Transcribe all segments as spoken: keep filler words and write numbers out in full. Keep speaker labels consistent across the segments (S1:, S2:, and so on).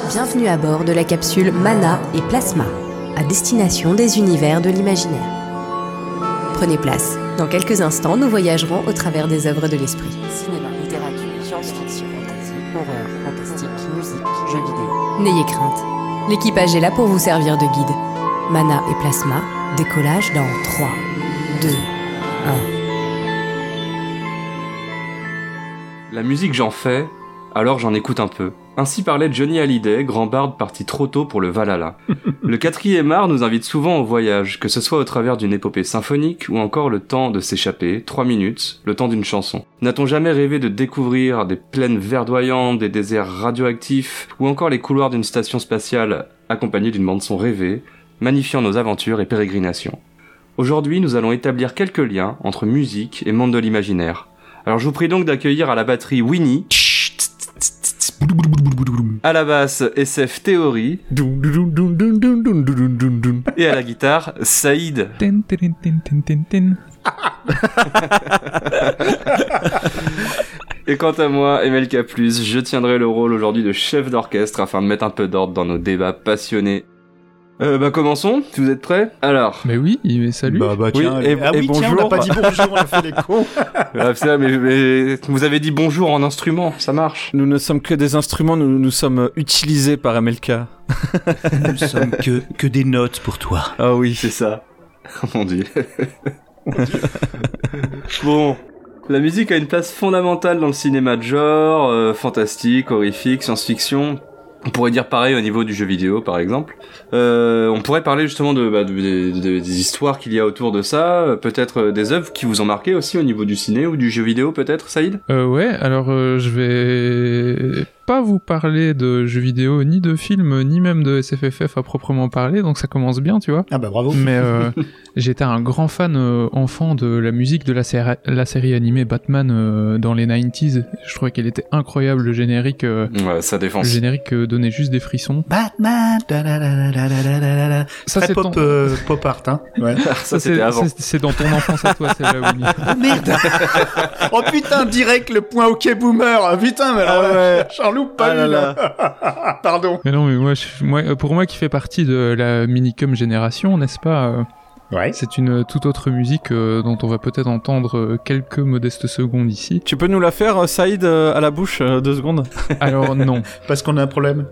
S1: Bienvenue à bord de la capsule Mana et Plasma, à destination des univers de l'imaginaire. Prenez place. Dans quelques instants, nous voyagerons au travers des œuvres de l'esprit.
S2: Cinéma, littérature, science-fiction, fantasy, horreur, fantastique, musique, jeux vidéo.
S1: N'ayez crainte. L'équipage est là pour vous servir de guide. Mana et Plasma, décollage dans trois, deux, un.
S3: La musique j'en fais, alors j'en écoute un peu. Ainsi parlait Johnny Hallyday, grand barde parti trop tôt pour le Valhalla. Le quatrième art nous invite souvent au voyage, que ce soit au travers d'une épopée symphonique ou encore le temps de s'échapper, trois minutes, le temps d'une chanson. N'a-t-on jamais rêvé de découvrir des plaines verdoyantes, des déserts radioactifs ou encore les couloirs d'une station spatiale accompagnée d'une bande-son rêvée, magnifiant nos aventures et pérégrinations. Aujourd'hui, nous allons établir quelques liens entre musique et monde de l'imaginaire. Alors je vous prie donc d'accueillir à la batterie Winnie, à la basse S F Theory et à la guitare Saïd. Et quant à moi, M L K plus, je tiendrai le rôle aujourd'hui de chef d'orchestre afin de mettre un peu d'ordre dans nos débats passionnés. Euh, bah commençons, si vous êtes prêts. Alors.
S4: Mais oui, mais salut.
S5: Bah bah tiens,
S3: oui, et,
S5: ah
S3: et
S5: oui,
S3: bonjour.
S5: Tiens, on n'a pas dit bonjour, on a fait les cons.
S3: Ah, c'est ça, mais, mais vous avez dit bonjour en instrument, ça marche.
S6: Nous ne sommes que des instruments, nous nous sommes utilisés par M L K.
S5: Nous sommes que, que des notes pour toi.
S3: Ah oui, c'est ça. Oh mon dieu. Bon. La musique a une place fondamentale dans le cinéma de genre, euh, fantastique, horrifique, science-fiction. On pourrait dire pareil au niveau du jeu vidéo, par exemple. Euh, on pourrait parler justement de, bah, de, de, de des histoires qu'il y a autour de ça, peut-être des œuvres qui vous ont marqué aussi au niveau du ciné ou du jeu vidéo, peut-être, Saïd ?
S4: Euh, ouais, alors euh, je vais pas vous parler de jeux vidéo, ni de films, ni même de S F F F à proprement parler, donc ça commence bien, tu vois.
S5: Ah bah bravo.
S4: Mais euh, j'étais un grand fan euh, enfant de la musique de la, séri- la série animée Batman euh, dans les quatre-vingt-dix. Je trouvais qu'elle était incroyable, le générique. Euh,
S3: ouais, ça défonce.
S4: Le générique euh, donnait juste des frissons.
S5: Batman. Da, da, da, da, da, da, da.
S4: Ça,
S5: Très
S4: c'est
S5: pop,
S4: ton...
S5: euh, pop art, hein. Ouais.
S3: ça,
S4: ça
S3: c'était
S4: c'est,
S3: avant.
S4: C'est, c'est dans ton enfance à toi, celle-là, Winnie.
S5: Oh merde. Oh putain, direct le point OK boomer. Ah, putain, mais alors,
S6: Ah ouais.
S5: j'en loupe pas
S6: Ah là
S5: une.
S6: là.
S4: Pardon. Mais non, mais moi, je, moi, pour moi qui fait partie de la Minicum génération, n'est-ce pas euh,
S5: Ouais.
S4: c'est une toute autre musique euh, dont on va peut-être entendre euh, quelques modestes secondes ici.
S6: Tu peux nous la faire, Saïd, euh, à la bouche, euh, deux secondes ?
S4: Alors non.
S5: Parce qu'on a un problème.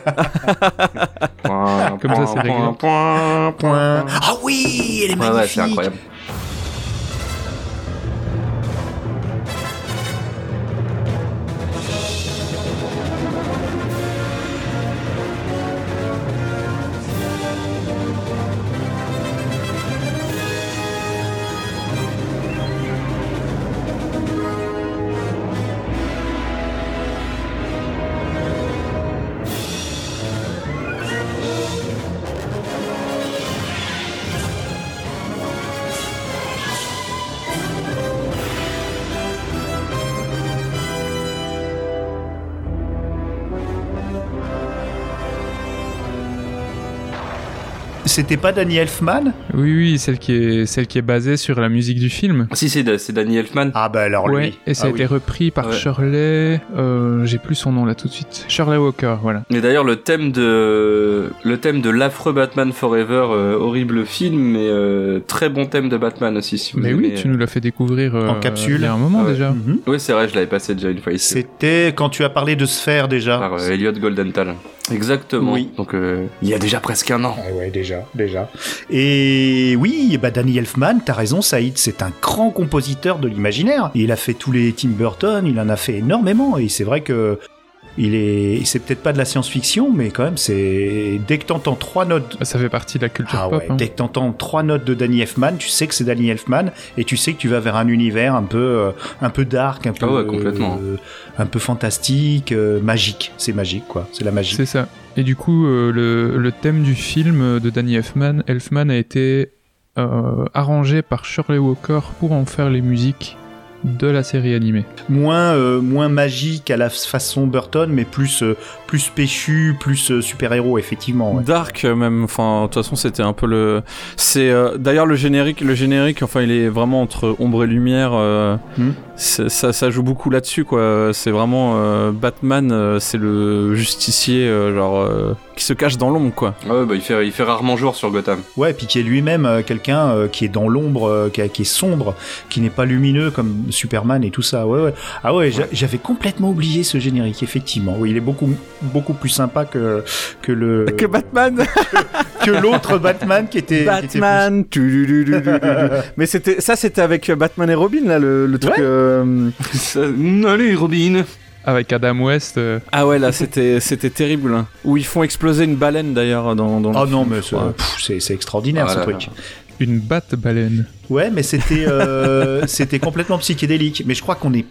S3: Point,
S4: Comme ça, c'est réglé.
S3: point, point,
S5: Point. Ah oui, elle est
S3: Ouais,
S5: magnifique.
S3: ouais, c'est incroyable.
S5: C'était pas Danny Elfman ?
S4: Oui, oui, celle qui est celle qui est basée sur la musique du film.
S3: Si, c'est, c'est Danny Elfman.
S5: Ah bah alors lui.
S4: Ouais, et ça
S5: Ah
S4: a été
S5: oui.
S4: repris par
S3: Ouais.
S4: Shirley. Euh, j'ai plus son nom là tout de suite. Shirley Walker, voilà.
S3: Et d'ailleurs, le thème de le thème de l'affreux Batman Forever, euh, horrible film, mais euh, très bon thème de Batman aussi. Si vous
S4: Mais
S3: aimez,
S4: oui, tu nous l'as fait découvrir euh,
S5: En capsule.
S4: il y a un moment
S3: Ah ouais.
S4: déjà.
S5: Mhm.
S3: Oui, c'est vrai, je l'avais passé déjà une fois ici.
S5: C'était quand tu as parlé de Sphère déjà.
S3: Par euh, Elliot Goldenthal. Exactement.
S5: Oui.
S3: Donc, euh, il y a déjà presque un an.
S5: Ah ouais, déjà, déjà. Et oui, bah Danny Elfman, t'as raison, Saïd, c'est un grand compositeur de l'imaginaire. Il a fait tous les Tim Burton, il en a fait énormément, et c'est vrai que il est, c'est peut-être pas de la science-fiction, mais quand même, c'est dès que t'entends trois notes.
S4: Ça fait partie de la culture
S5: Ah
S4: pop.
S5: ouais,
S4: hein.
S5: dès que t'entends trois notes de Danny Elfman, tu sais que c'est Danny Elfman, et tu sais que tu vas vers un univers un peu, euh, un peu dark, un peu,
S3: Ah ouais, complètement.
S5: euh, un peu fantastique, euh, magique. C'est magique, quoi. C'est la magie.
S4: C'est ça. Et du coup, euh, le, le thème du film de Danny Elfman, Elfman a été euh, arrangé par Shirley Walker pour en faire les musiques de la série animée.
S5: Moins, euh, moins magique à la façon Burton, mais plus, euh, plus péchu, plus euh, super-héros, effectivement. Ouais.
S6: Dark euh, même, enfin de toute façon c'était un peu le... C'est euh, d'ailleurs le générique, le générique, enfin il est vraiment entre ombre et lumière. Euh...
S5: Hmm.
S6: c'est, ça, ça joue beaucoup là-dessus, quoi. C'est vraiment euh, Batman, euh, c'est le justicier, euh, genre euh, qui se cache dans l'ombre, quoi.
S3: Ouais, bah il fait, il fait rarement jour sur Gotham.
S5: Ouais, puis qui est lui-même euh, quelqu'un euh, qui est dans l'ombre, euh, qui, qui est sombre, qui n'est pas lumineux comme Superman et tout ça. Ouais, ouais. Ah ouais, j'a- j'avais complètement oublié ce générique, effectivement. Oui, il est beaucoup, beaucoup plus sympa que que le
S6: Que Batman.
S5: que l'autre Batman qui était
S6: Batman.
S5: qui était
S6: Tududududududud. Mais c'était ça, c'était avec Batman et Robin là, le, le truc.
S5: Ouais.
S6: euh,
S3: Ça- Allez, Robin.
S4: Avec Adam West. euh,
S6: Ah ouais, là, c'était c'était terrible. Hein. Où ils font exploser une baleine d'ailleurs dans. dans le
S5: Oh
S6: film,
S5: non, mais
S6: je
S5: c'est,
S6: crois.
S5: pff, c'est, c'est extraordinaire
S3: Ah
S5: ce
S3: là
S5: truc.
S3: là.
S4: Une batte-baleine.
S5: Ouais, mais c'était euh, c'était complètement psychédélique. Mais je crois qu'on est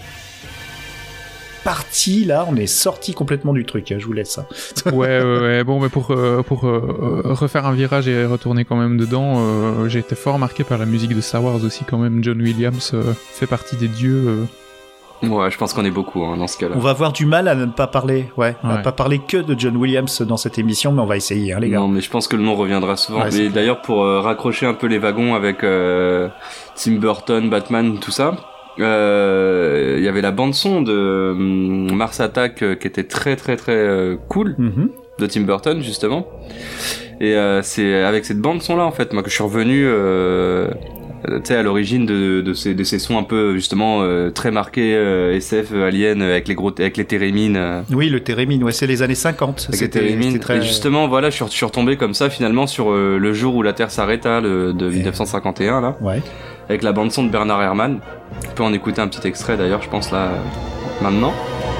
S5: parti là, on est sorti complètement du truc. Hein, je vous laisse ça.
S4: Ouais, ouais, ouais. Bon, mais pour, euh, pour euh, refaire un virage et retourner quand même dedans, euh, j'ai été fort marqué par la musique de Star Wars aussi, quand même. John Williams euh, fait partie des dieux. euh.
S3: Ouais, je pense qu'on est beaucoup hein, dans ce cas-là.
S5: On va avoir du mal à ne pas parler, ouais, à
S4: Ouais.
S5: pas parler que de John Williams dans cette émission, mais on va essayer, hein, les gars.
S3: Non, mais je pense que le nom reviendra souvent.
S5: Ouais,
S3: mais
S5: c'est clair.
S3: d'ailleurs, pour euh, raccrocher un peu les wagons avec euh, Tim Burton, Batman, tout ça, euh, il y avait la bande son de euh, Mars Attack euh, qui était très très très euh, cool
S5: Mhm.
S3: de Tim Burton justement. Et euh, c'est avec cette bande son là en fait, moi que je suis revenu. Euh, tu sais, à l'origine de, de, ces, de ces sons un peu justement euh, très marqués euh, S F euh, Alien euh, avec les gros avec les térémines euh,
S5: Oui, le Térémine, ouais, c'est les années cinquante.
S3: avec les
S5: C'était,
S3: térémines.
S5: c'était très...
S3: Et justement voilà, je suis, je suis retombé comme ça finalement sur euh, le jour où la Terre s'arrêta le, de dix-neuf cent cinquante et un là,
S5: Ouais.
S3: avec la bande son de Bernard Herrmann. On peut en écouter un petit extrait d'ailleurs, je pense là euh, maintenant.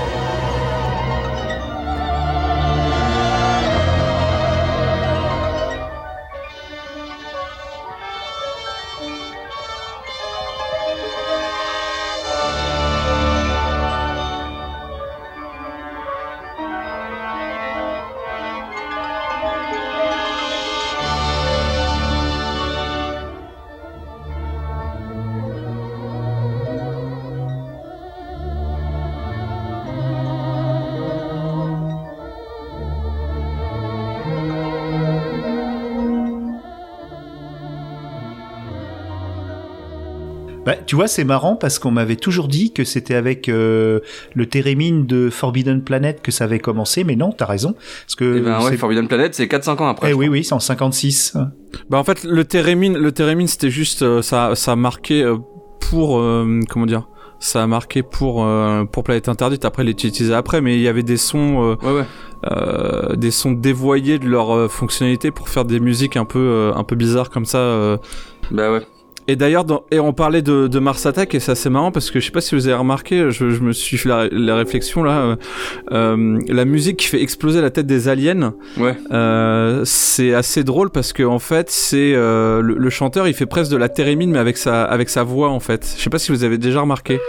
S5: Bah, tu vois, c'est marrant parce qu'on m'avait toujours dit que c'était avec euh, le Térémine de Forbidden Planet que ça avait commencé, mais non, t'as raison. Parce que
S3: Et ben ouais,
S5: c'est...
S3: Forbidden Planet, c'est quatre cinq ans après.
S5: Eh
S3: je
S5: oui,
S3: crois.
S5: oui, c'est en cinquante-six.
S6: Bah en fait, le Térémine, le Térémine, c'était juste euh, ça, ça a marqué euh, pour euh, comment dire. Ça a marqué pour euh, pour Planète Interdite. Après, il est utilisé après, mais il y avait des sons, euh,
S3: Ouais ouais.
S6: euh, des sons dévoyés de leur euh, fonctionnalité pour faire des musiques un peu euh, un peu bizarres comme ça. euh.
S3: Bah ouais.
S6: Et d'ailleurs, dans, et on parlait de, de Mars Attack, et c'est assez marrant parce que je sais pas si vous avez remarqué, je, je me suis fait la, la réflexion là, euh, euh, la musique qui fait exploser la tête des aliens,
S3: Ouais.
S6: euh, c'est assez drôle parce que en fait, c'est euh, le, le chanteur, il fait presque de la térémine mais avec sa avec sa voix en fait. Je sais pas si vous avez déjà remarqué.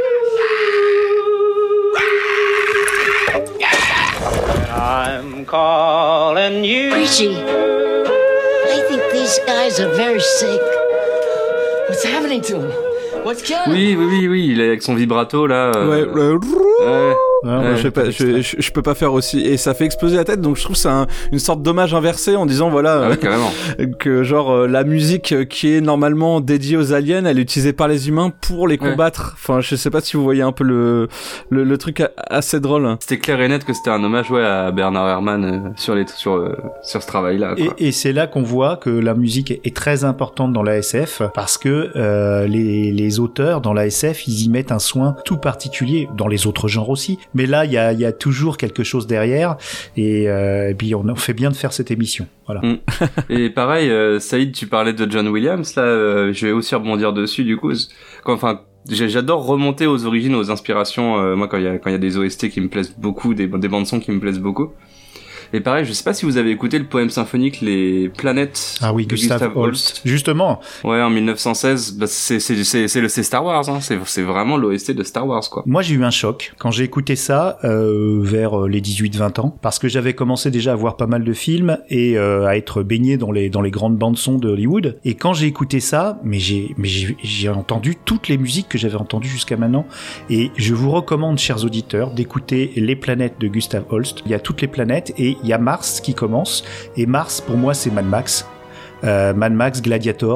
S7: I'm calling you.
S8: Richie, I think these guys are very sick.
S7: What's happening to him? What's killing him?
S3: Oui oui oui oui, il est avec son vibrato là. euh,
S6: Ouais, le-
S3: ouais.
S5: Ah,
S3: Ouais,
S5: ouais,
S6: je, vais pas, je, je, je peux pas faire aussi, et ça fait exploser la tête, donc je trouve que c'est un, une sorte d'hommage inversé en disant voilà
S3: Ah ouais, carrément.
S6: que genre euh, la musique euh, qui est normalement dédiée aux aliens, elle est utilisée par les humains pour les
S3: Ouais.
S6: combattre. Enfin, je sais pas si vous voyez un peu le le, le truc a- assez drôle.
S3: C'était clair et net que c'était un hommage ouais à Bernard Herrmann euh, sur les sur euh, sur ce travail là.
S5: Et, et c'est là qu'on voit que la musique est, est très importante dans la S F parce que euh, les, les auteurs dans la S F, ils y mettent un soin tout particulier, dans les autres genres aussi. Mais là, il y a, il y a toujours quelque chose derrière et, euh, et puis on, on fait bien de faire cette émission. Voilà.
S3: Mm. Et pareil, euh, Saïd, tu parlais de John Williams là, euh, je vais aussi rebondir dessus du coup. Quand, enfin, j'ai- j'adore remonter aux origines, aux inspirations. Euh, moi, quand il y a quand il y a des O S T qui me plaisent beaucoup, des des bandes son qui me plaisent beaucoup. Et pareil, je sais pas si vous avez écouté le poème symphonique Les Planètes
S5: Ah oui,
S3: de
S5: Gustave Holst. Justement,
S3: Ouais, en mille neuf cent seize, bah c'est c'est c'est c'est le c'est Star Wars hein, c'est c'est vraiment l'O S T de Star Wars quoi.
S5: moi j'ai eu un choc quand j'ai écouté ça euh, vers les dix-huit vingt ans parce que j'avais commencé déjà à voir pas mal de films et euh, à être baigné dans les dans les grandes bandes son de Hollywood et quand j'ai écouté ça, mais j'ai mais j'ai j'ai entendu toutes les musiques que j'avais entendues jusqu'à maintenant et je vous recommande chers auditeurs d'écouter Les Planètes de Gustave Holst. Il y a toutes les planètes et il y a Mars qui commence et Mars pour moi c'est Mad Max. Euh, Mad Max, Gladiator,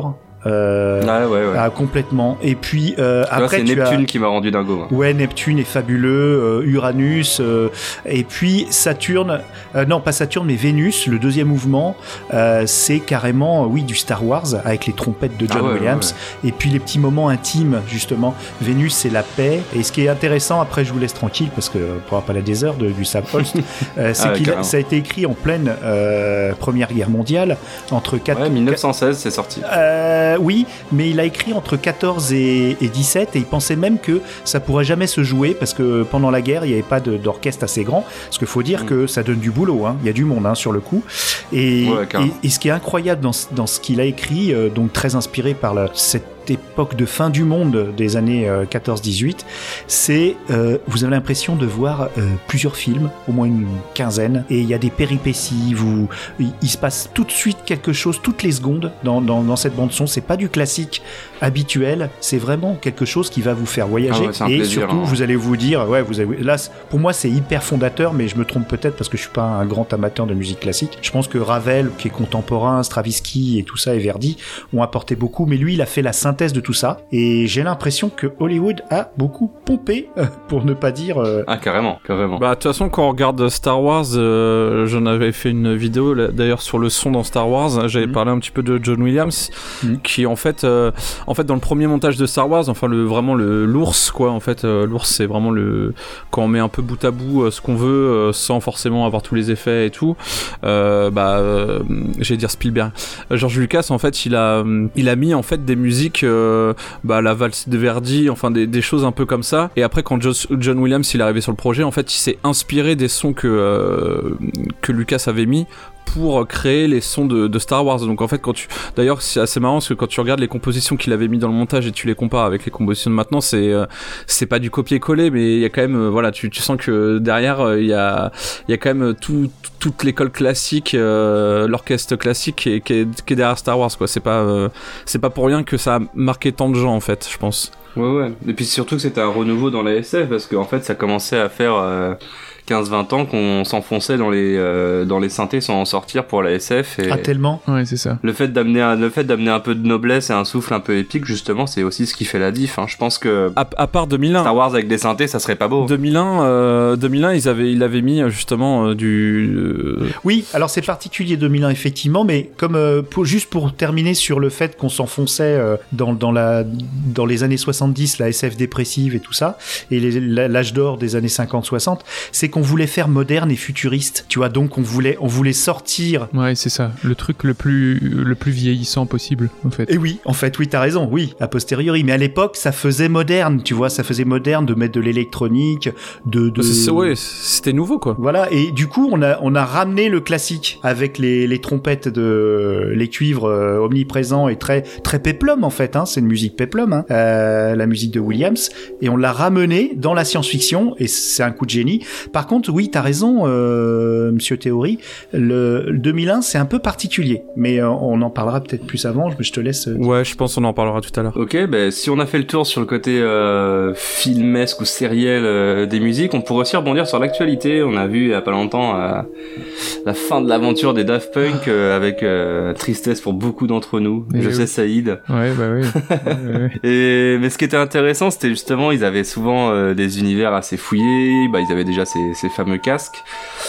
S5: Euh,
S3: Ah ouais, ouais.
S5: ah, complètement. Et puis euh,
S3: Là,
S5: après
S3: c'est
S5: tu
S3: Neptune
S5: as...
S3: qui m'a rendu dingo. hein.
S5: Ouais, Neptune est fabuleux, euh, Uranus, euh, et puis Saturne, euh, non pas Saturne, mais Vénus, le deuxième mouvement, euh, c'est carrément, oui, du Star Wars, avec les trompettes de John
S3: Ah ouais,
S5: Williams,
S3: ouais,
S5: et puis les petits moments intimes, justement. Vénus, c'est la paix, et ce qui est intéressant, après je vous laisse tranquille, parce que pour avoir parlé des heures de, du Sam Holst, euh, c'est
S3: Ah ouais,
S5: qu'il
S3: carrément.
S5: ça a été écrit en pleine euh, Première Guerre mondiale, entre quatre...
S3: Ouais, dix-neuf cent seize, c'est sorti.
S5: Euh, oui, mais il a écrit entre quatorze et, et dix-sept, et il pensait même que ça pourrait jamais se jouer parce que pendant la guerre il n'y avait pas de, d'orchestre assez grand, parce qu'il faut dire
S3: Mm.
S5: que ça donne du boulot, hein. Il y a du monde, hein, sur le coup, et,
S3: Ouais, carrément.
S5: et, et ce qui est incroyable dans, ce- dans ce qu'il a écrit, euh, donc très inspiré par la, cette époque de fin du monde des années euh, quatorze dix-huit, c'est euh, vous avez l'impression de voir euh, plusieurs films, au moins une quinzaine, et il y a des péripéties, vous, il, il se passe tout de suite quelque chose toutes les secondes dans, dans, dans cette bande son. C'est pas du classique habituel, c'est vraiment quelque chose qui va vous faire voyager,
S3: Ah ouais, c'est un
S5: et
S3: plaisir,
S5: surtout
S3: hein.
S5: vous allez vous dire, ouais, vous avez, là c- pour moi c'est hyper fondateur, mais je me trompe peut-être parce que je suis pas un grand amateur de musique classique. Je pense que Ravel, qui est contemporain, Stravinsky et tout ça, et Verdi ont apporté beaucoup, mais lui il a fait la synthèse de tout ça, et j'ai l'impression que Hollywood a beaucoup pompé, euh, pour ne pas dire euh,
S3: Ah, carrément, carrément.
S6: Bah de toute façon quand on regarde Star Wars, euh, j'en avais fait une vidéo là, d'ailleurs sur le son dans Star Wars, j'avais
S5: Mhm.
S6: parlé un petit peu de John Williams,
S5: Mhm.
S6: qui en fait, euh, en fait dans le premier montage de Star Wars, enfin le vraiment le l'ours quoi, en fait euh, l'ours c'est vraiment le quand on met un peu bout à bout euh, ce qu'on veut euh, sans forcément avoir tous les effets et tout, euh, bah euh, j'allais dire Spielberg, Euh, George Lucas en fait il a il a mis en fait des musiques, euh, bah la valse de Verdi, enfin des, des choses un peu comme ça, et après quand Jos- John Williams il est arrivé sur le projet, en fait il s'est inspiré des sons que euh, que Lucas avait mis pour créer les sons de, de Star Wars. Donc en fait quand tu, d'ailleurs c'est assez marrant parce que quand tu regardes les compositions qu'il avait mis dans le montage et tu les compares avec les compositions de maintenant, c'est euh, c'est pas du copier-coller, mais il y a quand même euh, voilà, tu, tu sens que derrière euh, il y a il y a quand même tout, toute l'école classique, euh, l'orchestre classique qui est, qui est, qui est derrière Star Wars quoi. C'est pas euh, c'est pas pour rien que ça a marqué tant de gens en fait, je pense.
S3: Ouais, ouais. Et puis surtout que c'était un renouveau dans la S F, parce qu'en fait, ça commençait à faire euh, quinze vingt ans qu'on s'enfonçait dans les, euh, dans les synthés sans en sortir pour la S F. Et
S5: ah tellement.
S4: Ouais, c'est ça.
S3: le fait d'amener un, le fait d'amener un peu de noblesse et un souffle un peu épique, justement, c'est aussi ce qui fait la diff. Hein. Je pense que
S6: À, à part deux mille un.
S3: Star Wars avec des synthés, ça serait pas beau.
S6: deux mille un, euh, deux mille un, ils avaient, il avait mis justement euh, du. Euh,
S5: Oui, alors c'est particulier deux mille un effectivement, mais comme euh, pour, juste pour terminer sur le fait qu'on s'enfonçait euh, dans, dans, la, dans les années soixante-dix, la S F dépressive et tout ça, et les- la- l'âge d'or des années cinquante soixante, c'est qu'on voulait faire moderne et futuriste, tu vois, donc on voulait, on voulait sortir.
S4: Ouais, c'est ça. Le truc le plus, le plus vieillissant possible, en fait.
S5: Et oui, en fait, oui, t'as raison, oui, a posteriori, mais à l'époque, ça faisait moderne, tu vois, ça faisait moderne de mettre de l'électronique, de... de...
S6: c'est- c'est- ouais, c'était nouveau quoi.
S5: Voilà, et du coup, on a, on a ramené le classique avec les, les trompettes de les cuivres euh, omniprésents et très, très péplum en fait, hein, c'est une musique péplum, hein, euh, la musique de Williams, et on l'a ramené dans la science-fiction, et c'est un coup de génie. Par contre, oui, t'as raison, euh, monsieur Théory, le, le deux mille un, c'est un peu particulier, mais euh, on en parlera peut-être plus avant, je, je te laisse... euh,
S6: Ouais, je pense qu'on en parlera tout à l'heure.
S3: Ok, ben si on a fait le tour sur le côté euh, filmesque ou sériel euh, des musiques, on pourrait aussi rebondir sur l'actualité. On a vu il y a pas longtemps euh, la fin de l'aventure des Daft Punk euh, avec euh, tristesse pour beaucoup d'entre nous.
S4: Mais
S3: Je
S4: oui.
S3: sais Saïd.
S4: Ouais, bah oui. Ouais, ouais.
S3: Et mais ce qui était intéressant, c'était justement ils avaient souvent euh, des univers assez fouillés. Bah ils avaient déjà ces, ces fameux casques.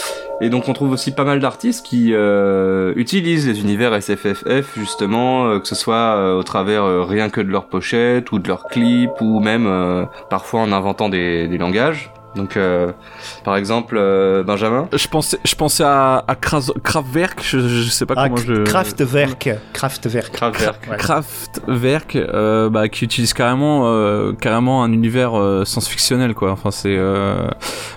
S3: Et donc on trouve aussi pas mal d'artistes qui euh, utilisent les univers S F F F justement, euh, que ce soit euh, au travers euh, rien que de leurs pochettes ou de leurs clips ou même euh, parfois en inventant des, des langages. Donc euh, par exemple euh, Benjamin.
S6: Je pensais, je pensais à, à Kras- Kraftwerk, je, je sais pas
S5: Ah,
S6: comment je.
S5: Kraftwerk, Kraftwerk.
S3: Kraftwerk.
S5: Ouais.
S6: Kraftwerk, euh, bah, qui utilise carrément, euh, carrément un univers euh, science-fictionnel, quoi. Enfin, c'est euh,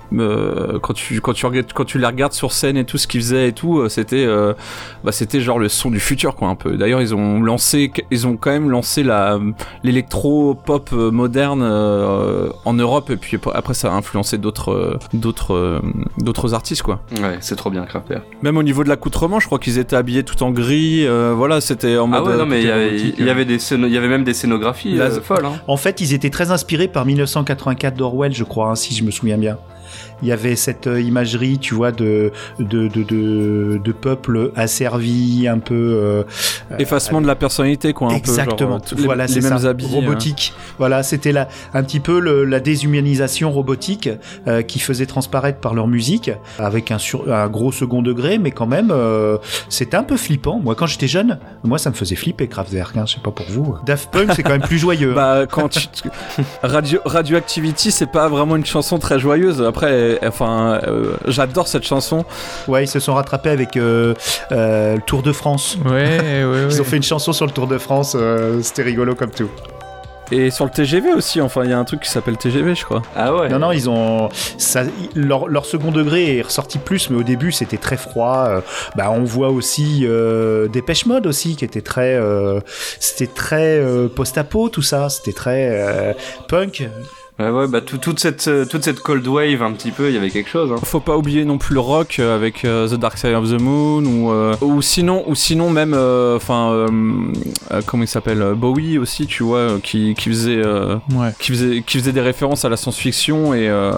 S6: euh, quand tu quand tu regardes quand tu les regardes sur scène et tout ce qu'ils faisaient et tout, euh, c'était euh, bah, c'était genre le son du futur, quoi, un peu. D'ailleurs, ils ont lancé, ils ont quand même lancé la l'électro pop moderne euh, en Europe, et puis après ça a influencé influencé d'autres, euh, d'autres, euh, d'autres artistes, quoi.
S3: Ouais, c'est trop bien, Kraftwerk.
S6: Même au niveau de l'accoutrement, je crois qu'ils étaient habillés tout en gris. Euh, voilà, c'était en mode.
S3: Ah ouais, non, mais il y avait,
S6: érotique,
S3: il y avait des scéno- il y avait même des scénographies
S6: Là,
S3: euh, folles. Hein.
S5: En fait, ils étaient très inspirés par mille neuf cent quatre-vingt-quatre d'Orwell, je crois, hein, si je me souviens bien. Il y avait cette euh, imagerie, tu vois, de de de de, de peuple asservi, un peu euh,
S6: effacement
S5: euh,
S6: de la personnalité, quoi. Un
S5: exactement.
S6: Peu, genre,
S5: voilà,
S6: les,
S5: c'est
S6: les mêmes
S5: ça.
S6: habits.
S5: Robotique. Hein. Voilà, c'était la un petit peu le, la déshumanisation robotique euh, qui faisait transparaître par leur musique, avec un sur, un gros second degré, mais quand même, euh, c'était un peu flippant. Moi, quand j'étais jeune, moi, ça me faisait flipper Kraftwerk. Hein, je sais pas pour vous. Daft Punk, c'est quand même plus joyeux.
S6: Bah, quand tu... Radio Radioactivity, c'est pas vraiment une chanson très joyeuse. Après, enfin, euh, j'adore cette chanson.
S5: Ouais, ils se sont rattrapés avec euh, euh, le Tour de France.
S4: Ouais, ouais, ouais.
S5: Ils ont fait une chanson sur le Tour de France, euh, c'était rigolo comme tout.
S6: Et sur le T G V aussi, enfin, il y a un truc qui s'appelle T G V, je crois.
S3: Ah ouais.
S5: Non, non, ils ont. Ça, leur, leur second degré est ressorti plus, mais au début, c'était très froid. Euh, bah, on voit aussi euh, Dépêche Mode aussi, qui était très. Euh, c'était très euh, post-apo, tout ça. C'était très euh, punk.
S3: Ouais, ouais, bah tout, toute cette euh, toute cette cold wave un petit peu, il y avait quelque chose. Hein.
S6: Faut pas oublier non plus le rock euh, avec euh, The Dark Side of the Moon ou euh, ou sinon ou sinon même enfin euh, euh, comment il s'appelle Bowie aussi, tu vois, euh, qui qui faisait euh,
S4: Ouais.
S6: qui faisait qui faisait des références à la science-fiction et euh,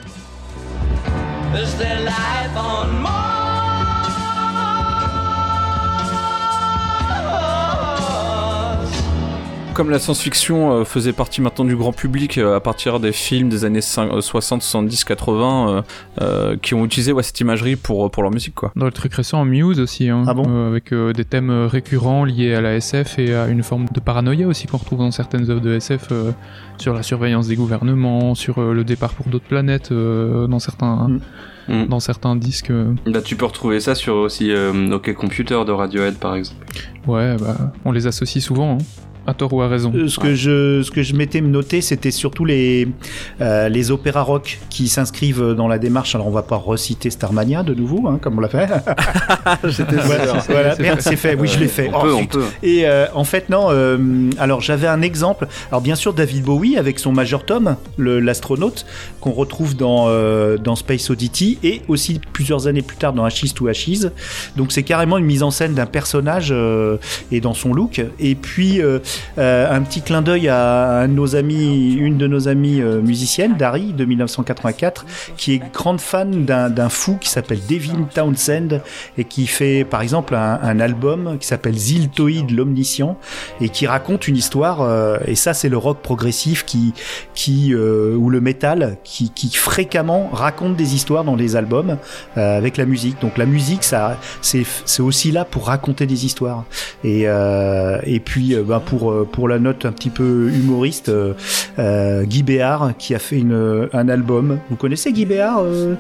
S7: Is there life on Mars?
S6: comme la science-fiction euh, faisait partie maintenant du grand public euh, à partir des films des années soixante, soixante-dix, quatre-vingts euh, euh, qui ont utilisé ouais, cette imagerie pour, pour leur musique, quoi.
S4: Dans le truc récent, Muse aussi, hein,
S5: Ah bon
S4: euh, avec euh, des thèmes récurrents liés à la S F et à une forme de paranoïa aussi qu'on retrouve dans certaines œuvres de S F, euh, sur la surveillance des gouvernements, sur euh, le départ pour d'autres planètes, euh, dans certains...
S5: Mm.
S3: Mm.
S4: Dans certains disques. Euh...
S3: Bah, tu peux retrouver ça sur aussi euh, OK Computer de Radiohead, par exemple.
S4: Ouais, bah, on les associe souvent, hein. À tort ou à raison.
S5: Euh, ce que je ce que je m'étais noté, c'était surtout les euh, les opéras rock qui s'inscrivent dans la démarche. Alors on va pas reciter Starmania de nouveau, hein, comme on l'a fait.
S6: J'étais sûr.
S5: Voilà, voilà. Merde, c'est fait. Oui, je l'ai fait.
S3: On
S5: Oh,
S3: peut, on
S5: zut.
S3: peut.
S5: Et euh, en fait non. Euh, alors j'avais un exemple. Alors bien sûr David Bowie avec son Major Tom, le, l'astronaute qu'on retrouve dans euh, dans Space Oddity et aussi plusieurs années plus tard dans Ashes to Ashes. Donc c'est carrément une mise en scène d'un personnage euh, et dans son look. Et puis euh, Euh, un petit clin d'œil à un de nos amis, une de nos amies euh, musiciennes, Dari, de dix-neuf cent quatre-vingt-quatre, qui est grande fan d'un, d'un fou qui s'appelle Devin Townsend et qui fait par exemple un, un album qui s'appelle Ziltoid l'Omniscient et qui raconte une histoire. Euh, et ça, c'est le rock progressif qui, qui euh, ou le métal qui, qui fréquemment raconte des histoires dans les albums euh, avec la musique. Donc la musique, ça, c'est, c'est aussi là pour raconter des histoires. Et, euh, et puis, euh, ben pour pour la note un petit peu humoriste, euh, euh, Guy Béard qui a fait une, un album. Vous connaissez Guy Béard euh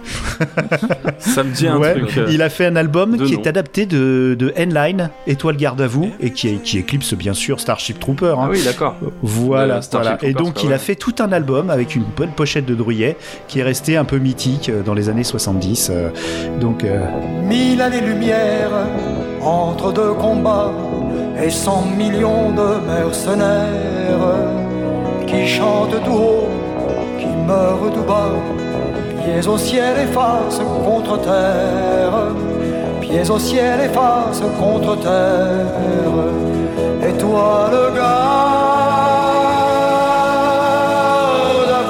S6: Ça me dit un
S5: ouais,
S6: truc. Euh...
S5: Il a fait un album
S3: De
S5: qui
S3: nom.
S5: est adapté de, de N-Line, Étoile garde à vous, et qui, qui éclipse bien sûr Starship Trooper. Hein.
S3: Ah oui, d'accord.
S5: Voilà,
S3: Euh, Starship
S5: voilà. Et
S3: Troopers,
S5: donc
S3: quoi,
S5: il
S3: ouais.
S5: a fait tout un album avec une bonne pochette de Druyet qui est resté un peu mythique euh, dans les années soixante-dix. euh, donc euh,
S9: Mille années-lumière entre deux combats et cent millions de mercenaires qui chantent tout haut, qui meurent tout bas, pieds au ciel et face contre terre, pieds au ciel et face contre terre, et toi le garde à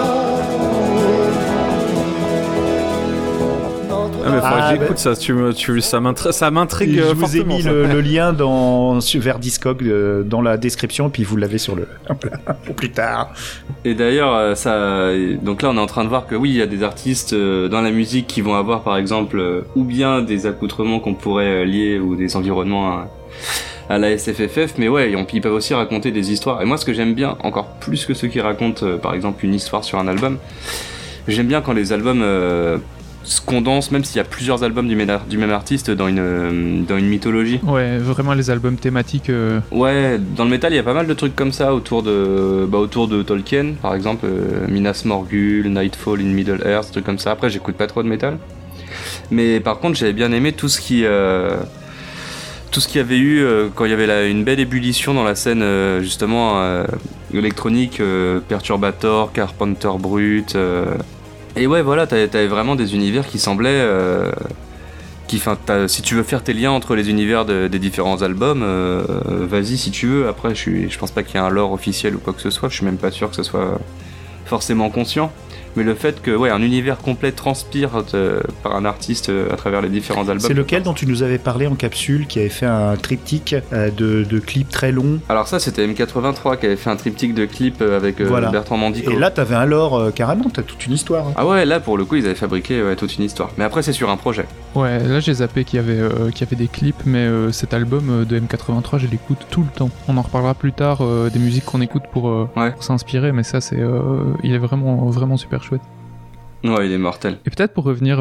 S6: Ah, mais faudrait
S5: Ah,
S6: que j'écoute
S5: bah-
S6: ça. Tu me, tu, ça m'intrigue, ça m'intrigue
S5: je
S6: euh,
S5: vous ai
S6: fortement,
S5: mis
S6: ça.
S5: le, le lien dans, sur- vers Discog euh, dans la description et puis vous l'avez sur le pour plus tard.
S3: Et d'ailleurs, euh, ça, donc là, on est en train de voir que oui, il y a des artistes euh, dans la musique qui vont avoir, par exemple, euh, ou bien des accoutrements qu'on pourrait euh, lier ou des environnements à, à la S F F F, mais ouais, on- ils peuvent aussi raconter des histoires. Et moi, ce que j'aime bien, encore plus que ceux qui racontent, euh, par exemple, une histoire sur un album, j'aime bien quand les albums euh, se condensent, même s'il y a plusieurs albums du, ména- du même artiste dans une euh, dans une mythologie.
S4: Ouais, vraiment les albums thématiques. euh,
S3: Ouais, dans le métal, il y a pas mal de trucs comme ça autour de, bah, autour de Tolkien, par exemple, euh, Minas Morgul, Nightfall in Middle Earth, trucs comme ça. Après, j'écoute pas trop de métal. Mais par contre, j'avais bien aimé tout ce qui, euh, tout ce qu'il y avait eu euh, quand il y avait la- une belle ébullition dans la scène, euh, justement, euh, électronique, euh, Perturbator, Carpenter Brut, euh, Et ouais, voilà, t'avais, t'avais vraiment des univers qui semblaient... Euh, qui, fin, si tu veux faire tes liens entre les univers de, des différents albums, euh, vas-y si tu veux. Après, je, suis, je pense pas qu'il y ait un lore officiel ou quoi que ce soit. Je suis même pas sûr que ce soit forcément conscient. Mais le fait que ouais, un univers complet transpire de, par un artiste à travers les différents albums.
S5: C'est lequel dont tu nous avais parlé en capsule, qui avait fait un triptyque euh, de, de clips très longs?
S3: Alors ça, c'était M quatre-vingt-trois qui avait fait un triptyque de clips avec euh, voilà. Bertrand Mandico.
S5: Et là, t'avais un lore euh, carrément, t'as toute une histoire. Hein.
S3: Ah ouais, là pour le coup, ils avaient fabriqué ouais, toute une histoire. Mais après, c'est sur un projet.
S4: Ouais, là j'ai zappé qu'il y avait, euh, qu'il y avait des clips, mais euh, cet album de M quatre-vingt-trois, je l'écoute tout le temps. On en reparlera plus tard euh, des musiques qu'on écoute pour, euh, ouais. pour s'inspirer, mais ça, c'est, euh, il est vraiment, vraiment super chouette.
S3: Ouais, il est mortel.
S4: Et peut-être pour revenir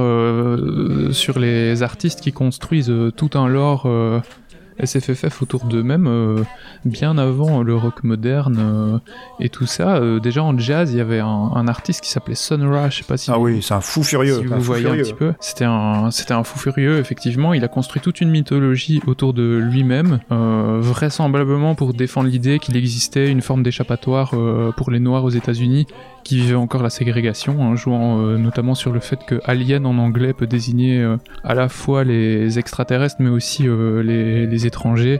S4: euh, sur les artistes qui construisent euh, tout un lore euh, S F F F autour d'eux-mêmes, euh, bien avant le rock moderne euh, et tout ça. Euh, déjà en jazz, il y avait un, un artiste qui s'appelait Sun Ra, je sais pas si
S5: ah
S4: vous,
S5: oui, c'est un fou furieux.
S4: Si vous
S5: un
S4: voyez
S5: furieux.
S4: un petit peu, c'était un, c'était un fou furieux effectivement. Il a construit toute une mythologie autour de lui-même, euh, vraisemblablement pour défendre l'idée qu'il existait une forme d'échappatoire euh, pour les Noirs aux États-Unis qui vivaient encore la ségrégation, hein, jouant euh, notamment sur le fait que alien en anglais peut désigner euh, à la fois les extraterrestres mais aussi euh, les, les étrangers,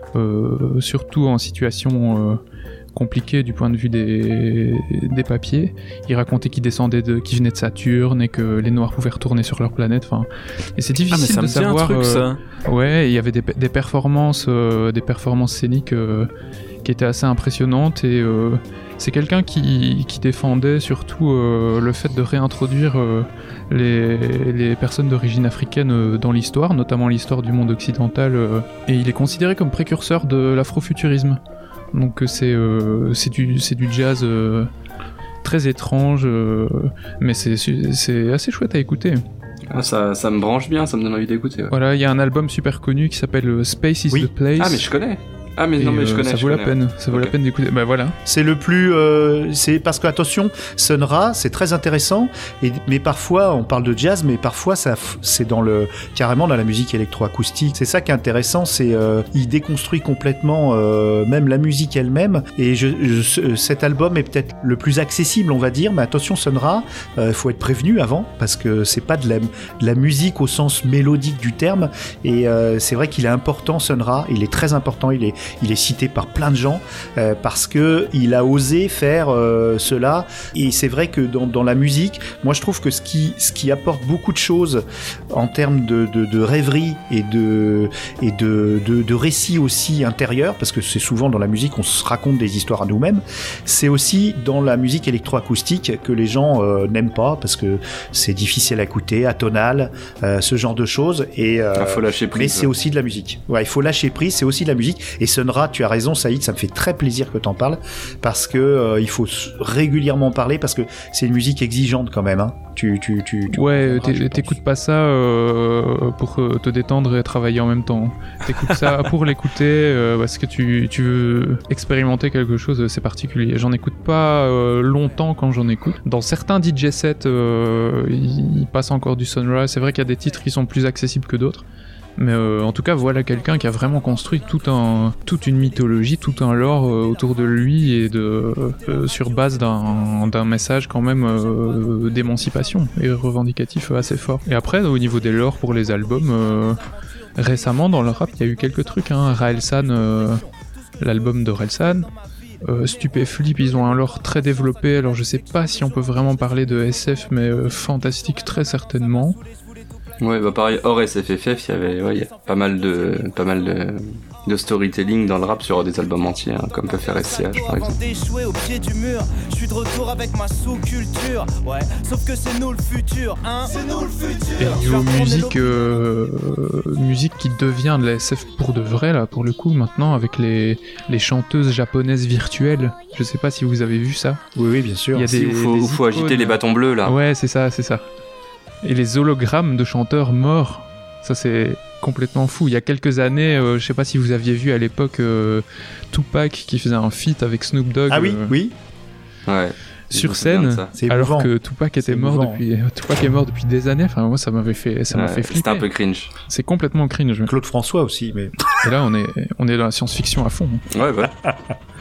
S4: euh, surtout en situation euh, compliquée du point de vue des, des papiers. Il racontait qu'il descendait de, qu'il venait de Saturne et que les Noirs pouvaient retourner sur leur planète. Enfin, et c'est difficile
S6: ah,
S4: de savoir.
S6: Un truc,
S4: euh,
S6: ça.
S4: Ouais, il y avait des, des performances, euh, des performances scéniques euh, qui étaient assez impressionnantes et euh, c'est quelqu'un qui, qui défendait surtout euh, le fait de réintroduire euh, les, les personnes d'origine africaine euh, dans l'histoire, notamment l'histoire du monde occidental, euh, et il est considéré comme précurseur de l'afrofuturisme. Donc c'est, euh, c'est, du, c'est du jazz euh, très étrange, euh, mais c'est, c'est assez chouette à écouter.
S3: Ah, ça, ça me branche bien, ça me donne envie d'écouter. Ouais.
S4: Voilà, il y a un album super connu qui s'appelle Space is
S5: oui.
S4: the Place.
S3: Ah mais je connais. Ah mais non mais
S4: euh,
S3: je connais.
S4: Ça
S3: je
S4: vaut
S3: connais.
S4: la peine, ça vaut
S3: okay.
S4: la peine d'écouter. Bah voilà.
S5: C'est le plus, euh, c'est parce que attention, Sun Ra, c'est très intéressant. Et mais parfois, on parle de jazz, mais parfois ça, c'est dans le carrément dans la musique électroacoustique. C'est ça qui est intéressant, c'est euh, il déconstruit complètement euh, même la musique elle-même. Et je, je, cet album est peut-être le plus accessible, on va dire. Mais attention, Sun Ra, il euh, faut être prévenu avant parce que c'est pas de la, de la musique au sens mélodique du terme. Et euh, c'est vrai qu'il est important, Sun Ra. Il est très important. Il est Il est cité par plein de gens euh, parce que il a osé faire euh, cela. Et c'est vrai que dans, dans la musique, moi je trouve que ce qui, ce qui apporte beaucoup de choses en termes de, de, de rêverie et de, et de, de, de récits aussi intérieurs, parce que c'est souvent dans la musique on se raconte des histoires à nous-mêmes, c'est aussi dans la musique électroacoustique que les gens euh, n'aiment pas parce que c'est difficile à écouter, atonal, euh, ce genre de choses. Et euh,
S3: ah, faut lâcher prise.
S5: Mais c'est aussi de la musique. Ouais, il faut lâcher prise, c'est aussi de la musique. Et Sun Ra, tu as raison, Saïd, ça me fait très plaisir que t'en parles parce que euh, il faut régulièrement parler parce que c'est une musique exigeante quand même. Hein. Tu, tu, tu, tu
S4: ouais, t'écoutes pas ça euh, pour te détendre et travailler en même temps. T'écoutes ça pour l'écouter euh, parce que tu, tu veux expérimenter quelque chose d'assez particulier. J'en écoute pas euh, longtemps quand j'en écoute. Dans certains D J sets, euh, il passe encore du Sun Ra. C'est vrai qu'il y a des titres qui sont plus accessibles que d'autres. Mais euh, en tout cas, voilà quelqu'un qui a vraiment construit tout un, toute une mythologie, tout un lore euh, autour de lui et de, euh, sur base d'un, d'un message quand même euh, d'émancipation et revendicatif assez fort. Et après, au niveau des lores pour les albums, euh, récemment dans le rap, il y a eu quelques trucs. Hein. Raelsan, euh, l'album de Raelsan. Euh, Stupéflip, ils ont un lore très développé. Alors je sais pas si on peut vraiment parler de S F, mais euh, fantastique très certainement.
S3: Ouais, bah pareil, hors S F F F, il y avait, ouais, il y a pas mal de, pas mal de, de storytelling dans le rap sur des albums entiers, hein, comme peut faire S C H par exemple.
S10: D'échouer au pied du mur, je suis de retour avec ma sous-culture, ouais, sauf que c'est nous le futur, hein, c'est nous le futur.
S4: Et niveau musique, euh, musique qui devient de la S F pour de vrai là, pour le coup maintenant avec les les chanteuses japonaises virtuelles. Je sais pas si vous avez vu ça.
S5: Oui, oui, bien sûr.
S3: Il y a des, si, où faut, où faut agiter les bâtons bleus là.
S4: Ouais, c'est ça, c'est ça. Et les hologrammes de chanteurs morts, ça c'est complètement fou. Il y a quelques années, euh, je sais pas si vous aviez vu à l'époque euh, Tupac qui faisait un feat avec Snoop Dogg.
S5: Ah oui,
S4: euh,
S5: oui.
S3: Ouais.
S4: Sur scène, alors que Tupac était mort depuis, Tupac est mort depuis des années. Enfin moi ça m'avait fait, ça
S3: ouais,
S4: m'a fait flipper.
S3: C'était un peu cringe.
S4: C'est complètement cringe.
S5: Claude François aussi, mais.
S4: Et là on est, on est dans la science-fiction à fond.
S3: Ouais, voilà.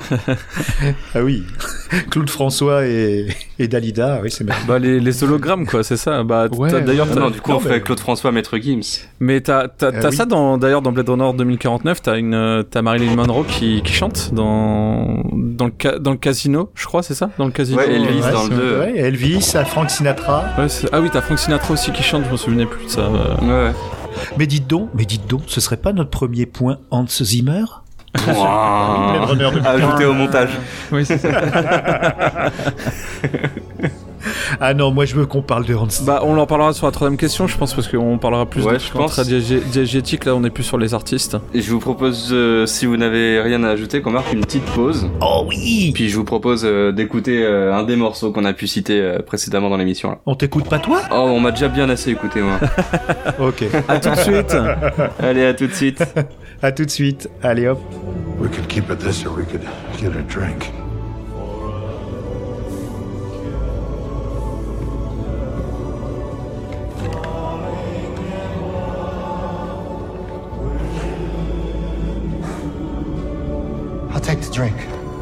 S5: Ah oui, Claude François et, et Dalida, oui, c'est bien.
S6: Bah, les, les hologrammes, quoi, c'est ça. Bah,
S4: Ouais,
S6: t'as, d'ailleurs,
S3: Non,
S6: t'as-
S3: non, du coup,
S5: Non,
S3: on
S5: mais-
S3: fait Claude François, Maître Gims.
S6: mais t'as, t'as,
S5: Euh,
S6: t'as
S5: oui.
S6: ça dans, d'ailleurs dans Blade Runner deux mille quarante-neuf, t'as une, euh, t'as Marilyn Monroe qui, qui chante dans, dans le ca- dans le casino, je crois, c'est ça? Dans le casino.
S3: Ouais, Elvis
S5: Ouais,
S3: dans le
S5: c'est-
S3: deux.
S5: ouais, Elvis, à Frank Sinatra.
S6: Ouais, c'est- ah oui, t'as Frank Sinatra aussi qui chante, je me souvenais plus de ça. euh.
S3: Ouais.
S5: Mais dites donc, mais dites donc, ce serait pas notre premier point Hans Zimmer?
S3: Wow.
S5: Runner de-
S3: Ajouté au montage.
S4: Oui, c'est ça.
S5: Ah non, moi je veux qu'on parle de Hans.
S6: Bah, on en parlera sur la troisième question, je pense, parce qu'on parlera plus
S3: Ouais,
S6: de
S3: je
S6: trucs
S3: pense.
S6: très diégé- diégétiques, là, on est plus sur les artistes.
S3: Et je vous propose, euh, si vous n'avez rien à ajouter, qu'on marque une petite pause.
S5: Oh oui!
S3: Puis je vous propose euh, d'écouter euh, un des morceaux qu'on a pu citer euh, précédemment dans l'émission. Là.
S5: On t'écoute pas toi?
S3: Oh, on m'a déjà bien assez écouté, moi.
S5: Ok.
S6: À tout de suite.
S3: Allez, à tout de suite.
S5: À tout de suite. Allez hop.
S11: We could keep it this or we could get a drink.
S9: I'll take the drink.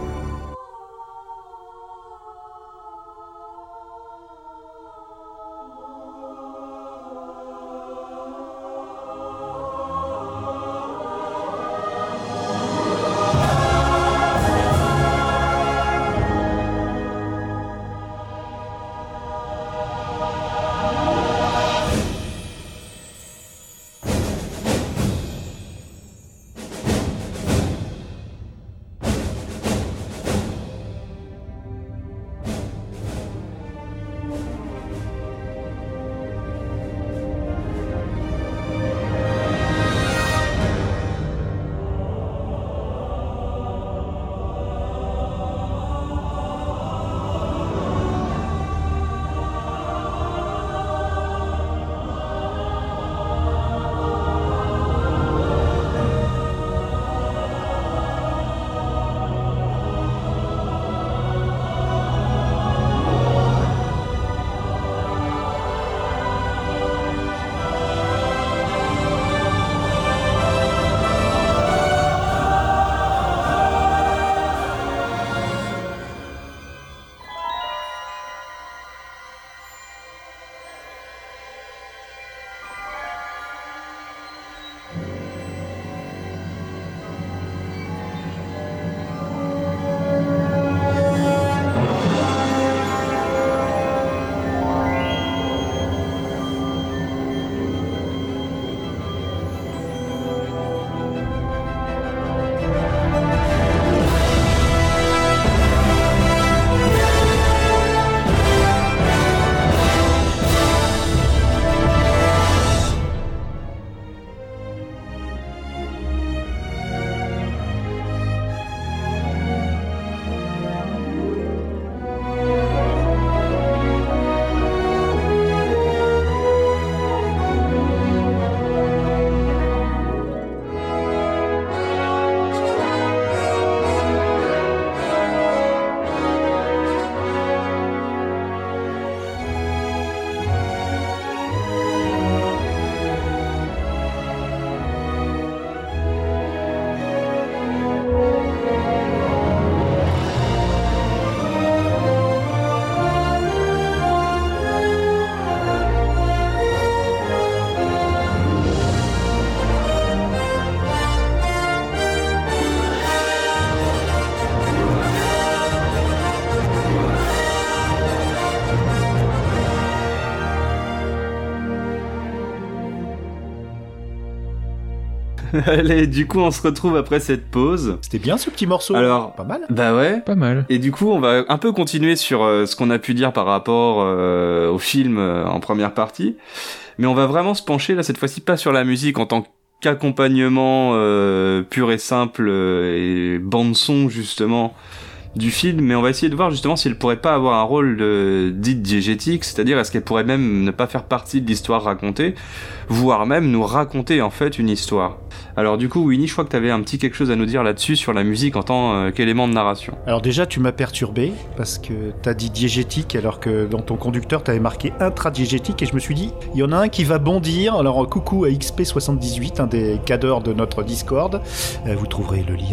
S3: Allez, du coup, on se retrouve après cette pause.
S5: C'était bien ce petit morceau.
S3: Alors,
S5: pas mal.
S3: Bah ouais.
S4: Pas mal.
S3: Et du coup, on va un peu continuer sur euh, ce qu'on a pu dire par rapport euh, au film euh, en première partie. Mais on va vraiment se pencher, là, cette fois-ci, pas sur la musique en tant qu'accompagnement euh, pur et simple euh, et bande-son, justement, du film, mais on va essayer de voir justement si elle pourrait pas avoir un rôle de, dit diégétique, c'est-à-dire est-ce qu'elle pourrait même ne pas faire partie de l'histoire racontée, voire même nous raconter en fait une histoire. Alors du coup, Winnie, je crois que t'avais un petit quelque chose à nous dire là-dessus sur la musique en tant euh, qu'élément de narration.
S5: Alors déjà, tu m'as perturbé parce que t'as dit diégétique alors que dans ton conducteur t'avais marqué intradiégétique et je me suis dit, il y en a un qui va bondir. Alors coucou à X P soixante-dix-huit, un des cadres de notre Discord. Euh, vous trouverez le lien euh,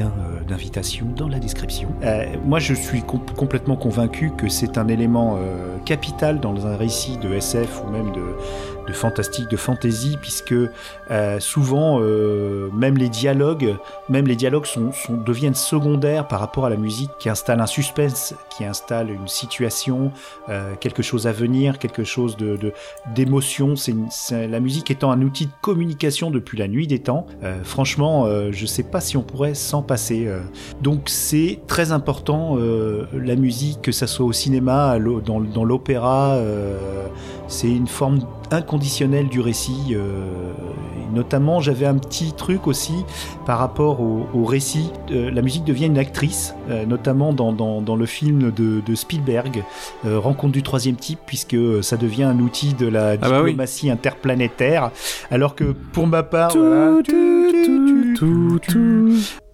S5: d'invitation dans la description. Euh, moi, je suis com- complètement convaincu que c'est un élément euh, capital dans un récit de S F ou même de, de fantastique, de fantasy, puisque euh, souvent, euh, même les dialogues, même les dialogues sont, sont, deviennent secondaires par rapport à la musique qui installe un suspense, qui installe une situation, euh, quelque chose à venir, quelque chose de, de, d'émotion. C'est une, c'est, la musique étant un outil de communication depuis la nuit des temps, euh, franchement, euh, je sais pas si on pourrait s'en passer. Euh. Donc c'est très important, euh, la musique, que ça soit au cinéma, dans, dans l'opéra, euh, c'est une forme inconditionnelle du récit. Euh, et notamment, j'avais un petit truc aussi par rapport au, au récit. Euh, la musique devient une actrice, euh, notamment dans, dans, dans le film de, de Spielberg, euh, Rencontre du troisième type, puisque ça devient un outil de la diplomatie ah bah oui. interplanétaire. Alors que pour ma part, tout, voilà, tout, tout, tout, tout, tout.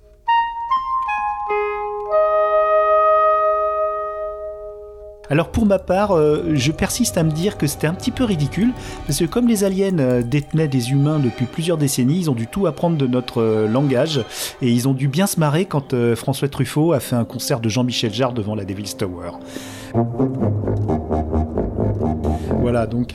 S5: Alors pour ma part, euh, je persiste à me dire que c'était un petit peu ridicule, parce que comme les aliens euh, détenaient des humains depuis plusieurs décennies, ils ont dû tout apprendre de notre euh, langage, et ils ont dû bien se marrer quand euh, François Truffaut a fait un concert de Jean-Michel Jarre devant la Devil's Tower. Voilà, donc...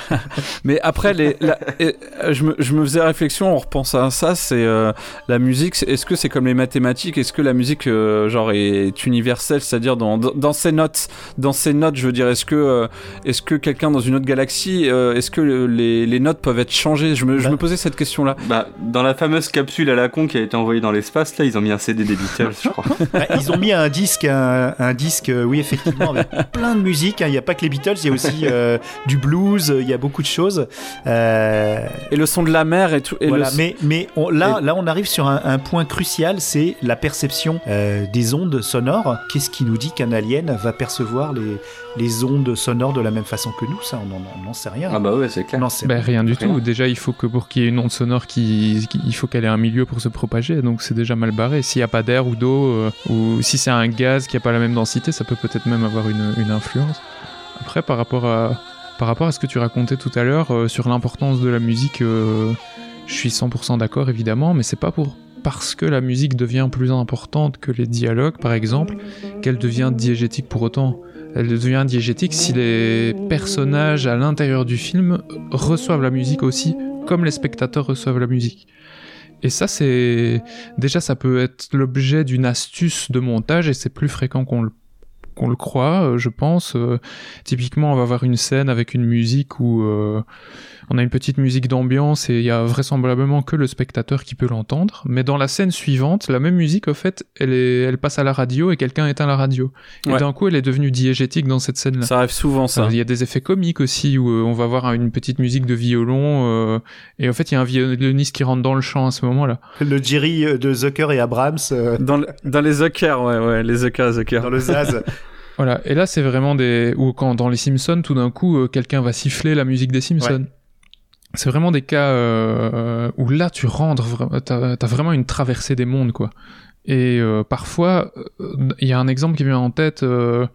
S6: Mais après, les, la, et, je, me, je me faisais réflexion en repensant à ça, c'est euh, la musique, c'est, est-ce que c'est comme les mathématiques, est-ce que la musique euh, genre est universelle, c'est-à-dire dans, dans, dans ses notes, dans ses notes, je veux dire, est-ce que, euh, est-ce que quelqu'un dans une autre galaxie, euh, est-ce que les, les notes peuvent être changées? Je me, bah, je me posais cette question-là.
S3: Bah, dans la fameuse capsule à la con qui a été envoyée dans l'espace, là, ils ont mis un C D des Beatles, je crois.
S5: Bah, ils ont mis un disque, un, un disque, oui, effectivement, avec plein de musique. Il hein, n'y a pas que les Beatles, il y a aussi euh, du blues, il y a beaucoup de choses. Euh...
S6: Et le son de la mer et tout. Et
S5: voilà,
S6: le...
S5: mais, mais on, là, et... là, on arrive sur un, un point crucial, c'est la perception euh, des ondes sonores. Qu'est-ce qui nous dit qu'un alien va percevoir les, les ondes sonores de la même façon que nous? Ça, on n'en sait rien.
S3: Ah bah ouais, c'est clair.
S4: Sait bah, rien du rien. tout. Déjà, il faut que pour qu'il y ait une onde sonore, qui, qui, il faut qu'elle ait un milieu pour se propager. Donc c'est déjà mal barré. S'il n'y a pas d'air ou d'eau, euh, ou si c'est un gaz qui n'a pas la même densité, ça peut peut-être même avoir une, une influence. Après, par rapport à Par rapport à ce que tu racontais tout à l'heure euh, sur l'importance de la musique, euh, je suis cent pour cent d'accord évidemment, mais c'est pas pour parce que la musique devient plus importante que les dialogues, par exemple, qu'elle devient diégétique pour autant. Elle devient diégétique si les personnages à l'intérieur du film reçoivent la musique aussi, comme les spectateurs reçoivent la musique. Et ça, c'est déjà, ça peut être l'objet d'une astuce de montage, et c'est plus fréquent qu'on le qu'on le croit, euh, je pense. Euh, typiquement, on va avoir une scène avec une musique où euh, on a une petite musique d'ambiance et il y a vraisemblablement que le spectateur qui peut l'entendre. Mais dans la scène suivante, la même musique, au fait, elle, est, elle passe à la radio et quelqu'un éteint la radio. Et ouais. d'un coup, elle est devenue diégétique dans cette scène-là.
S6: Ça arrive souvent, ça.
S4: Il y a des effets comiques aussi où euh, on va avoir une petite musique de violon euh, et en fait, il y a un violoniste qui rentre dans le chant à ce moment-là.
S5: Le Jerry de Zucker et Abrams. Euh...
S6: Dans, le, dans les Zucker, ouais, ouais, les Zucker, Zucker.
S5: Dans le Zaz.
S4: Voilà, et là c'est vraiment des... Ou quand dans les Simpsons, tout d'un coup, euh, quelqu'un va siffler la musique des Simpsons. Ouais. C'est vraiment des cas euh, où là tu rentres, vra... t'as, t'as vraiment une traversée des mondes, quoi. Et euh, parfois, il euh, y a un exemple qui vient en tête euh,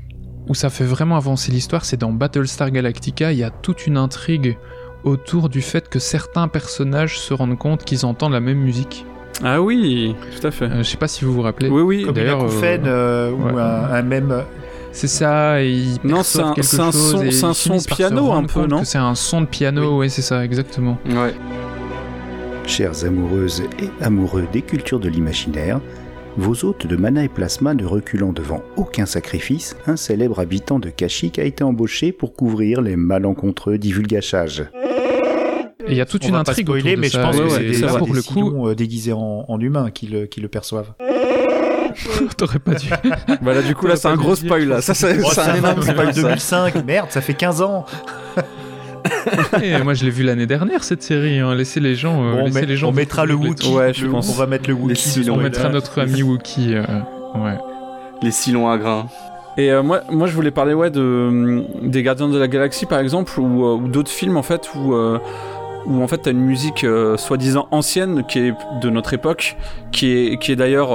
S4: où ça fait vraiment avancer l'histoire, c'est dans Battlestar Galactica, il y a toute une intrigue autour du fait que certains personnages se rendent compte qu'ils entendent la même musique.
S6: Ah oui, tout à fait.
S4: Euh, je sais pas si vous vous rappelez.
S6: Oui, oui.
S5: Comme
S4: d'ailleurs,
S5: une acouphène euh, euh,
S4: ouais.
S5: ou un, un même.
S4: C'est ça, et ils
S6: non, c'est un,
S4: quelque
S6: c'est un
S4: chose
S6: son,
S4: et
S6: c'est un son piano un peu, non?
S4: C'est un son de piano, oui, ouais, c'est ça, exactement.
S3: Ouais.
S5: Chères amoureuses et amoureux des cultures de l'imaginaire, vos hôtes de Mana et Plasma ne reculant devant aucun sacrifice, un célèbre habitant de Kashyyyk a été embauché pour couvrir les malencontreux divulgachages.
S4: Et il y a toute
S5: On
S4: une
S5: va
S4: intrigue
S5: pas spoiler, mais
S4: de
S5: je pense
S4: ouais,
S5: que
S4: ouais,
S5: c'est des,
S4: ça,
S5: des,
S4: pour
S5: des
S4: le coup
S5: euh, déguisés en, en humains qui le, qui le perçoivent.
S4: T'aurais pas dû.
S6: Bah là, du coup, là, c'est un gros spoil, là. Ça, c'est,
S5: oh,
S6: c'est
S5: ça
S6: un énorme spoil.
S5: deux mille cinq, merde, ça fait quinze ans.
S4: Et moi, je l'ai vu l'année dernière, cette série. Hein. Laissez les gens. Euh,
S5: bon,
S4: laissez
S5: met,
S4: les gens
S5: on mettra le Wookie.
S6: Ouais, je
S5: le,
S6: pense.
S5: On va mettre le Wookie.
S4: On mettra notre ami Wookie. Euh, ouais.
S3: Les silons à grains.
S6: Et euh, moi, moi, je voulais parler ouais de des Gardiens de la Galaxie, par exemple, ou, euh, ou d'autres films en fait où. Euh, où en fait t'as une musique euh, soi-disant ancienne qui est de notre époque, qui est qui est d'ailleurs euh,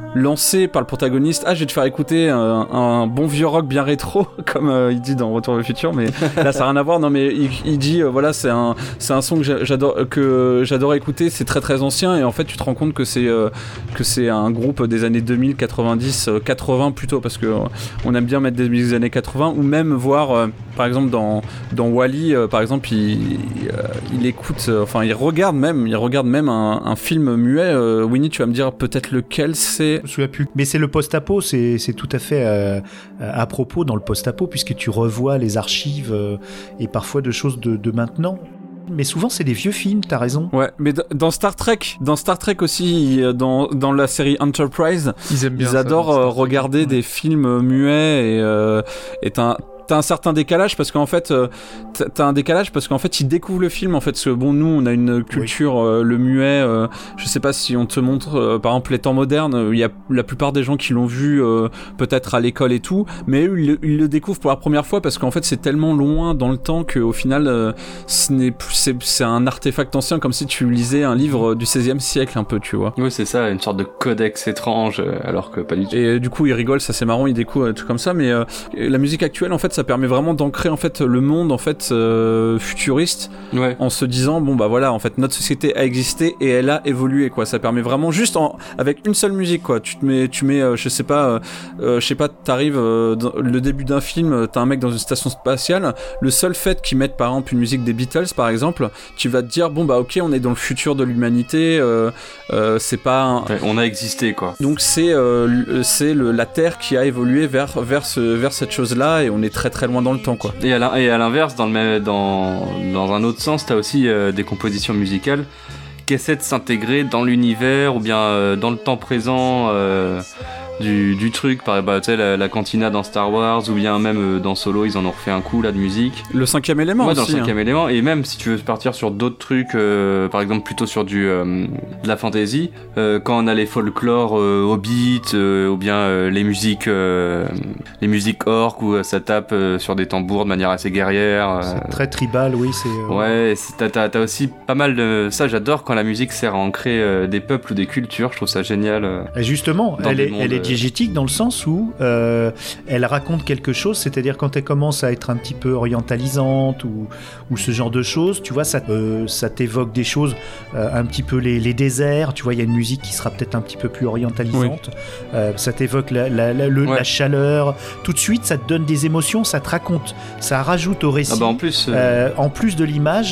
S6: lancé par le protagoniste. Ah, je vais te faire écouter un, un bon vieux rock bien rétro, comme euh, il dit dans Retour vers le futur, mais là ça n'a rien à voir. Non, mais il, il dit euh, voilà, c'est un, c'est un son que j'adore, que j'adore écouter. C'est très très ancien et en fait tu te rends compte que c'est euh, que c'est un groupe des années deux mille, quatre-vingt-dix, quatre-vingts plutôt, parce que euh, on aime bien mettre des musiques des années quatre-vingts, ou même voir euh, par exemple dans dans Wall-E, euh, par exemple, il il, euh, il écoute, euh, enfin il regarde même, il regarde même un, un film muet. Euh, Winnie, tu vas me dire peut-être lequel c'est.
S5: Je me souviens plus. Mais c'est le post-apo, c'est, c'est tout à fait euh, à propos dans le post-apo, puisque tu revois les archives euh, et parfois de choses de, de maintenant. Mais souvent c'est des vieux films, t'as raison.
S6: Ouais, mais d- dans Star Trek, dans Star Trek aussi, dans, dans la série Enterprise, ils, aiment bien ils adorent ça, euh, regarder ouais. des films muets et, euh, et t'as, t'as un certain décalage parce qu'en fait euh, t'as un décalage parce qu'en fait ils découvrent le film en fait, parce que bon, nous on a une culture oui. euh, le muet, euh, je sais pas si on te montre euh, par exemple les temps modernes, il y a la plupart des gens qui l'ont vu euh, peut-être à l'école et tout, mais eux ils, ils le découvrent pour la première fois parce qu'en fait c'est tellement loin dans le temps qu'au final euh, ce n'est plus, c'est, c'est un artefact ancien, comme si tu lisais un livre du seizième siècle un peu, tu vois.
S3: Oui, c'est ça, une sorte de codex étrange, alors que pas du tout.
S6: Et euh, du coup ils rigolent, ça c'est marrant, ils découvrent tout comme ça, mais euh, la musique actuelle en fait ça permet vraiment d'ancrer en fait le monde en fait euh, futuriste, ouais. en se disant bon bah voilà, en fait notre société a existé et elle a évolué quoi. Ça permet vraiment juste en, avec une seule musique quoi. Tu te mets, tu mets euh, je sais pas, euh, je sais pas, t'arrives euh, dans le début d'un film, t'as un mec dans une station spatiale. Le seul fait qu'ils mettent par exemple une musique des Beatles par exemple, tu vas te dire bon bah ok, on est dans le futur de l'humanité. Euh, euh, c'est pas un...
S3: ouais, on a existé quoi.
S6: Donc c'est euh, c'est le, la Terre qui a évolué vers vers ce vers cette chose là et on est très très loin dans le temps quoi.
S3: Et à, et à l'inverse, dans, le, dans, dans un autre sens, t'as aussi euh, des compositions musicales qui essaient de s'intégrer dans l'univers ou bien euh, dans le temps présent euh, du, du truc, par exemple, bah, tu sais, la, la cantina dans Star Wars, ou bien même euh, dans Solo, ils en ont refait un coup là de musique.
S6: Le cinquième élément
S3: ouais,
S6: aussi.
S3: dans le cinquième
S6: hein.
S3: élément, et même si tu veux partir sur d'autres trucs, euh, par exemple plutôt sur du euh, de la fantasy, euh, quand on a les folklores euh, Hobbit, euh, ou bien euh, les musiques euh, les musiques orques où euh, ça tape euh, sur des tambours de manière assez guerrière. Euh,
S5: c'est très tribal, oui. C'est euh...
S3: ouais, c'est, t'as, t'as, t'as aussi pas mal de ça. J'adore quand la musique sert à ancrer euh, des peuples ou des cultures. Je trouve ça génial. Euh,
S5: et justement, elle est,
S3: mondes,
S5: elle est diégétique dans le sens où euh, elle raconte quelque chose, c'est-à-dire quand elle commence à être un petit peu orientalisante ou, ou ce genre de choses, tu vois, ça, euh, ça t'évoque des choses, euh, un petit peu les, les déserts, tu vois, il y a une musique qui sera peut-être un petit peu plus orientalisante, oui. euh, ça t'évoque la, la, la, le, ouais. la chaleur, tout de suite ça te donne des émotions, ça te raconte, ça rajoute au récit,
S3: ah bah en, plus, euh...
S5: Euh, en plus de l'image,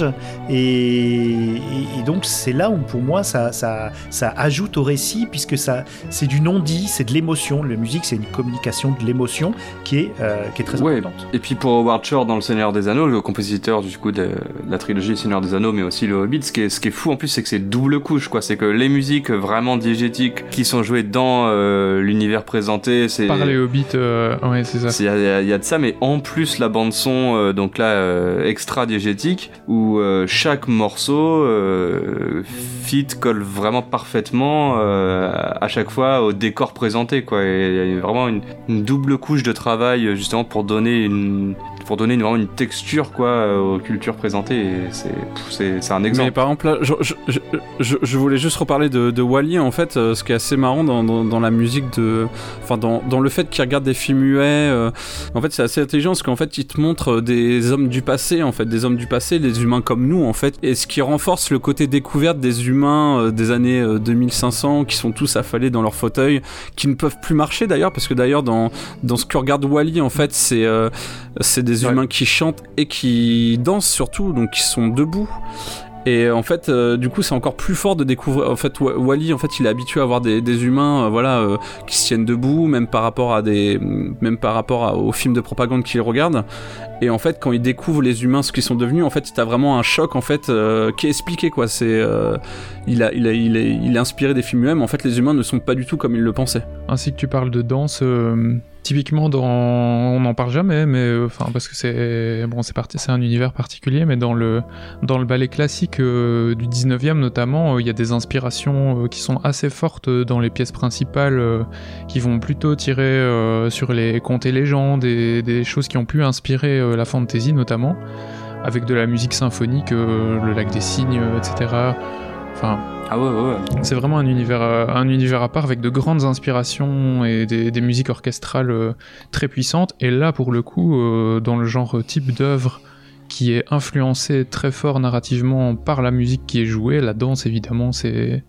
S5: et, et, et donc c'est là où pour moi ça, ça, ça ajoute au récit, puisque ça, c'est du non-dit, c'est de l'émotion. La musique, c'est une communication de l'émotion qui est, euh, qui est très
S3: ouais.
S5: importante.
S3: Et puis pour Howard Shore dans Le Seigneur des Anneaux, le compositeur du coup de, de la trilogie Seigneur des Anneaux, mais aussi le Hobbit, ce qui est, ce qui est fou en plus, c'est que c'est double couche, quoi. C'est que les musiques vraiment diégétiques qui sont jouées dans euh, l'univers présenté, c'est...
S4: Par les Hobbits, euh, ouais, c'est ça.
S3: Il y, y, y a de ça, mais en plus la bande son, euh, donc là, euh, extra diégétique, où euh, chaque morceau euh, fit, colle vraiment parfaitement euh, à chaque fois au décor présenté, quoi. Et il y a vraiment une, une double couche de travail justement pour donner une pour donner une, vraiment une texture quoi aux cultures présentées, et c'est c'est c'est un exemple.
S6: Mais par exemple là, je je je, je, je voulais juste reparler de de Wall-E en fait, euh, ce qui est assez marrant dans dans, dans la musique de enfin dans dans le fait qu'il regarde des films muets, euh, en fait c'est assez intelligent parce qu'en fait il te montre des hommes du passé en fait, des hommes du passé, des humains comme nous en fait, et ce qui renforce le côté découverte des humains euh, des années euh, deux mille cinq cents qui sont tous affalés dans leur fauteuil, qui ne peuvent plus marcher d'ailleurs, parce que d'ailleurs dans dans ce que regarde Wall-E en fait c'est euh, c'est des humains ouais. qui chantent et qui dansent surtout, donc qui sont debout. Et en fait, euh, du coup, c'est encore plus fort de découvrir. En fait, Wall-E, en fait, il est habitué à avoir des, des humains, euh, voilà, euh, qui se tiennent debout, même par rapport à des, même par rapport à, aux films de propagande qu'il regarde. Et en fait, quand il découvre les humains, ce qu'ils sont devenus, en fait, il a vraiment un choc, en fait, euh, qui est expliqué, quoi. C'est, euh, il a, il a, il est, il est inspiré des films eux-mêmes. En fait, les humains ne sont pas du tout comme il le pensait.
S4: Ainsi que tu parles de danse. Euh... Typiquement, dans... on n'en parle jamais, mais enfin parce que c'est bon, c'est parti, c'est un univers particulier, mais dans le dans le ballet classique euh, du dix-neuvième notamment, il euh, y a des inspirations euh, qui sont assez fortes dans les pièces principales, euh, qui vont plutôt tirer euh, sur les contes et légendes, et des choses qui ont pu inspirer euh, la fantasy notamment, avec de la musique symphonique, euh, le Lac des Cygnes, euh, et cetera. Enfin,
S3: ah ouais, ouais, ouais.
S4: C'est vraiment un univers, euh, un univers à part avec de grandes inspirations et des, des musiques orchestrales euh, très puissantes. Et là, pour le coup, euh, dans le genre type d'œuvre qui est influencé très fort narrativement par la musique qui est jouée, la danse évidemment, c'est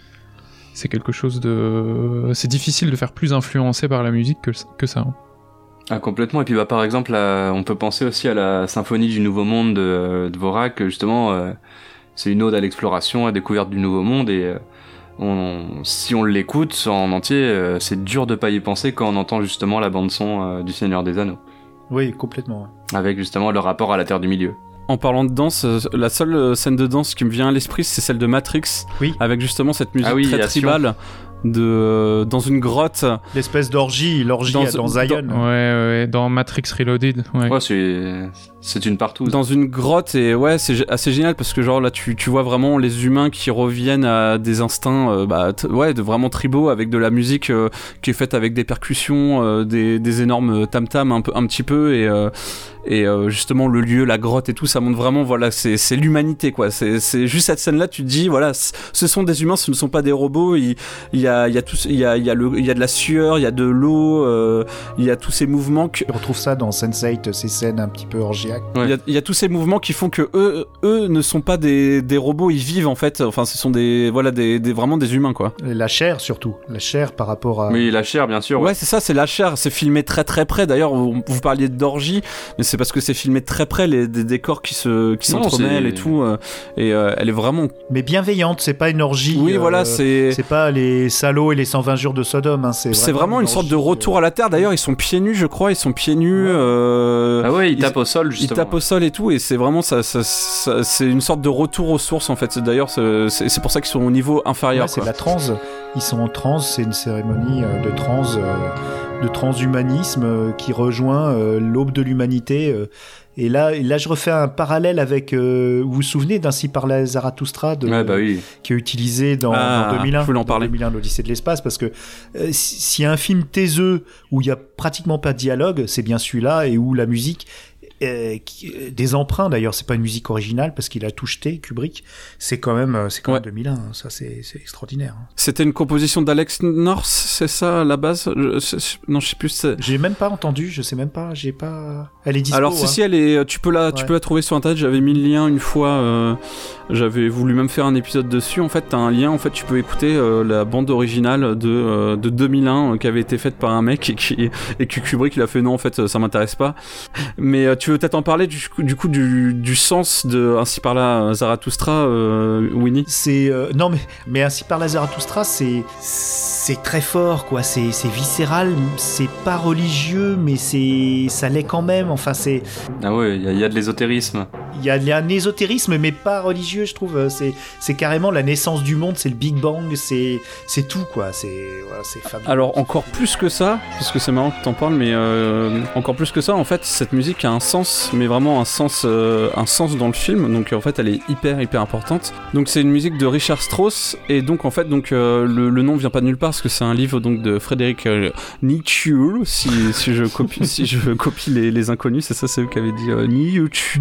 S4: c'est quelque chose de, c'est difficile de faire plus influencé par la musique que que ça. Hein.
S3: Ah, complètement. Et puis bah par exemple, là, on peut penser aussi à la Symphonie du Nouveau Monde de Dvorak, justement. Euh, c'est une ode à l'exploration, à la découverte du Nouveau Monde, et euh, on, si on l'écoute en entier, euh, c'est dur de pas y penser quand on entend justement la bande son euh, du Seigneur des Anneaux.
S5: Oui, complètement.
S3: Avec justement le rapport à la Terre du Milieu.
S6: En parlant de danse, la seule scène de danse qui me vient à l'esprit, c'est celle de Matrix,
S5: oui.
S6: avec justement cette musique
S3: ah oui,
S6: très tribale. De, dans une grotte,
S5: l'espèce d'orgie, l'orgie dans, dans Zion.
S4: Dans, ouais, ouais, dans Matrix Reloaded. Ouais,
S3: ouais c'est, c'est une partouze.
S6: Dans une grotte, et ouais, c'est assez génial parce que genre là, tu, tu vois vraiment les humains qui reviennent à des instincts, euh, bah, t- ouais, de vraiment tribaux, avec de la musique euh, qui est faite avec des percussions, euh, des, des énormes tam-tam un peu, un petit peu, et euh, et euh, justement le lieu, la grotte et tout, ça montre vraiment, voilà, c'est, c'est l'humanité, quoi. C'est, c'est juste cette scène-là, tu te dis, voilà, ce sont des humains, ce ne sont pas des robots. Il, il y a, il y a tout, il y a, il y a le, il y a de la sueur, il y a de l'eau, euh, il y a tous ces mouvements que...
S5: On retrouve ça dans sense eight, ces scènes un petit peu orgiaques.
S6: Ouais. Il y a, il y a tous ces mouvements qui font que eux, eux ne sont pas des, des robots, ils vivent en fait. Enfin, ce sont des, voilà, des, des vraiment des humains, quoi.
S5: La chair surtout, la chair par rapport à.
S3: Oui, la chair, bien sûr.
S6: Ouais,
S3: ouais
S6: c'est ça, c'est la chair. C'est filmé très très près. D'ailleurs, vous, vous parliez d'orgie, mais c'est parce que c'est filmé très près, les des décors qui se, qui non, s'entremêlent c'est... et tout. Euh, et euh, elle est vraiment.
S5: Mais bienveillante. C'est pas une orgie.
S6: Oui,
S5: euh,
S6: voilà, c'est.
S5: C'est pas les salauds et les cent vingt jours de Sodome. Hein, c'est,
S6: c'est
S5: vraiment,
S6: vraiment une, une sorte de retour à la terre. D'ailleurs, ils sont pieds nus, je crois. Ils sont pieds nus.
S3: Ouais.
S6: Euh...
S3: Ah ouais, ils, ils tapent au sol justement.
S6: Ils tapent au sol et tout, et c'est vraiment ça, ça, ça, c'est une sorte de retour aux sources en fait. D'ailleurs, c'est, c'est pour ça qu'ils sont au niveau inférieur.
S5: Ouais, c'est de la transe. Ils sont en transe. C'est une cérémonie de transe, de transhumanisme qui rejoint l'aube de l'humanité. Et là, là, je refais un parallèle avec. Euh, vous vous souvenez d'Ainsi parlait Zarathustra de,
S3: ouais, bah oui.
S5: qui est utilisé dans,
S6: ah,
S5: dans deux mille un,
S6: je voulais en parler.
S5: deux mille un, l'Odyssée de l'espace, parce que euh, s'il y a un film taiseux où il y a pratiquement pas de dialogue, c'est bien celui-là, et où la musique. Euh, qui, des emprunts d'ailleurs, c'est pas une musique originale parce qu'il a tout jeté, Kubrick. C'est quand même, c'est quand ouais. même deux mille un. Ça, c'est, c'est extraordinaire.
S6: C'était une composition d'Alex North, c'est ça à la base. Je, c'est, non, je sais plus. C'est...
S5: J'ai même pas entendu. Je sais même pas. J'ai pas. Elle est dispo.
S6: Alors si hein. si, elle est. Tu peux la, ouais. tu peux la trouver sur internet. J'avais mis le lien une fois. Euh, j'avais voulu même faire un épisode dessus. En fait, t'as un lien. En fait, tu peux écouter euh, la bande originale de euh, de deux mille un euh, qui avait été faite par un mec et qui et que Kubrick il a fait non. En fait, ça m'intéresse pas. Mais euh, tu veux peut-être en parler du coup du coup du, du sens de Ainsi parla Zarathustra, euh, Winnie.
S5: C'est euh, non mais mais Ainsi parla Zarathustra, c'est c'est très fort quoi. C'est c'est viscéral. C'est pas religieux, mais c'est ça l'est quand même. Enfin c'est.
S3: Ah ouais, il y, y a de l'ésotérisme.
S5: Il y a, y a un ésotérisme, mais pas religieux, je trouve. C'est c'est carrément la naissance du monde. C'est le Big Bang. C'est c'est tout quoi. C'est voilà, c'est fabuleux.
S6: Alors encore plus que ça, parce que c'est marrant que t'en parles, mais euh, encore plus que ça, en fait, cette musique a un sens. Mais vraiment un sens, euh, un sens dans le film. Donc en fait, elle est hyper hyper importante. Donc c'est une musique de Richard Strauss, et donc en fait, donc euh, le, le nom vient pas de nulle part parce que c'est un livre donc de Frédéric euh, Nietzsche. Si, si je copie si je copie les, les inconnus, c'est ça, c'est eux qui avaient dit euh, Nietzsche.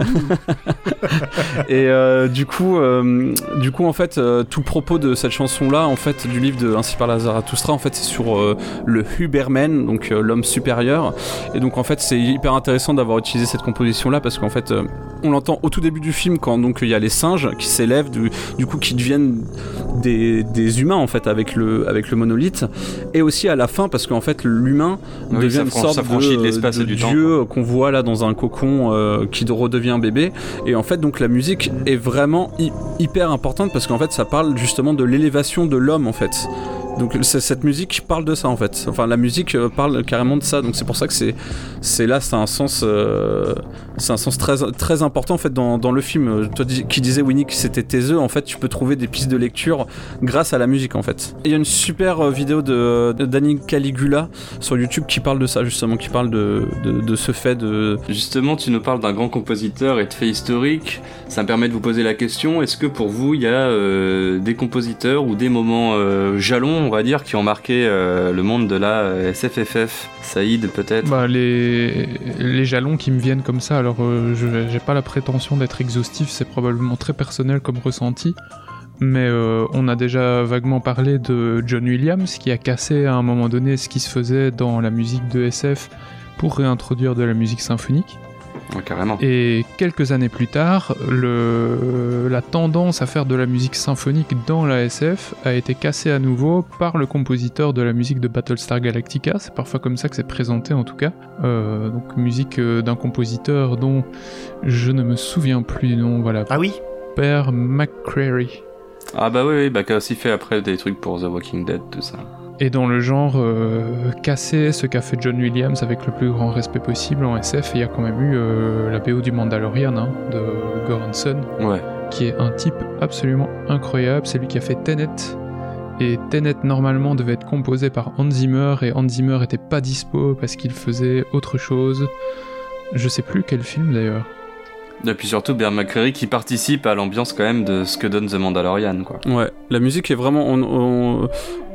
S6: Et euh, du coup, euh, du coup en fait, euh, tout le propos de cette chanson là, en fait, du livre de Ainsi parla Zarathustra, en fait, c'est sur euh, le Huberman, donc euh, l'homme supérieur. Et donc en fait, c'est hyper intéressant d'avoir utilisé cette composition là parce qu'en fait euh, on l'entend au tout début du film quand donc il y a les singes qui s'élèvent du, du coup qui deviennent des, des humains en fait avec le, avec le monolithe, et aussi à la fin parce qu'en fait l'humain oui, devient une sorte de,
S3: de, l'espace
S6: de
S3: et du
S6: dieu
S3: temps,
S6: qu'on voit là dans un cocon euh, qui redevient bébé. Et en fait donc la musique est vraiment hy- hyper importante parce qu'en fait ça parle justement de l'élévation de l'homme en fait. Donc cette musique parle de ça en fait. Enfin la musique parle carrément de ça. Donc c'est pour ça que c'est c'est là c'est un sens euh, c'est un sens très très important en fait dans dans le film. Toi qui disais Winnie que c'était taiseux, en fait tu peux trouver des pistes de lecture grâce à la musique en fait. Il y a une super vidéo de, de Danny Caligula sur YouTube qui parle de ça justement, qui parle de de, de ce fait de.
S3: Justement, tu nous parles d'un grand compositeur et de faits historiques. Ça me permet de vous poser la question, est-ce que pour vous il y a euh, des compositeurs ou des moments euh, jalons, on va dire, qui ont marqué euh, le monde de la S F F F? Saïd, peut-être?
S4: Bah, les... les jalons qui me viennent comme ça, alors euh, je j'ai pas la prétention d'être exhaustif, c'est probablement très personnel comme ressenti, mais euh, on a déjà vaguement parlé de John Williams qui a cassé à un moment donné ce qui se faisait dans la musique de S F pour réintroduire de la musique symphonique.
S3: Ouais, carrément.
S4: Et quelques années plus tard, le... la tendance à faire de la musique symphonique dans la S F a été cassée à nouveau par le compositeur de la musique de Battlestar Galactica. C'est parfois comme ça que c'est présenté en tout cas. Euh, donc musique euh, d'un compositeur dont je ne me souviens plus du nom. Voilà.
S5: Ah oui.
S4: Père McCreary.
S3: Ah bah oui, oui bah qui a aussi fait après des trucs pour The Walking Dead, tout ça.
S4: Et dans le genre euh, casser ce qu'a fait John Williams avec le plus grand respect possible en S F, il y a quand même eu euh, la B O du Mandalorian hein, de Goranson,
S3: ouais.
S4: qui est un type absolument incroyable. C'est lui qui a fait Tenet. Et Tenet normalement devait être composé par Hans Zimmer, et Hans Zimmer était pas dispo parce qu'il faisait autre chose. Je sais plus quel film d'ailleurs.
S3: Et puis surtout Bear McCreary qui participe à l'ambiance quand même de ce que donne The Mandalorian, quoi.
S6: Ouais, la musique est vraiment... On, on,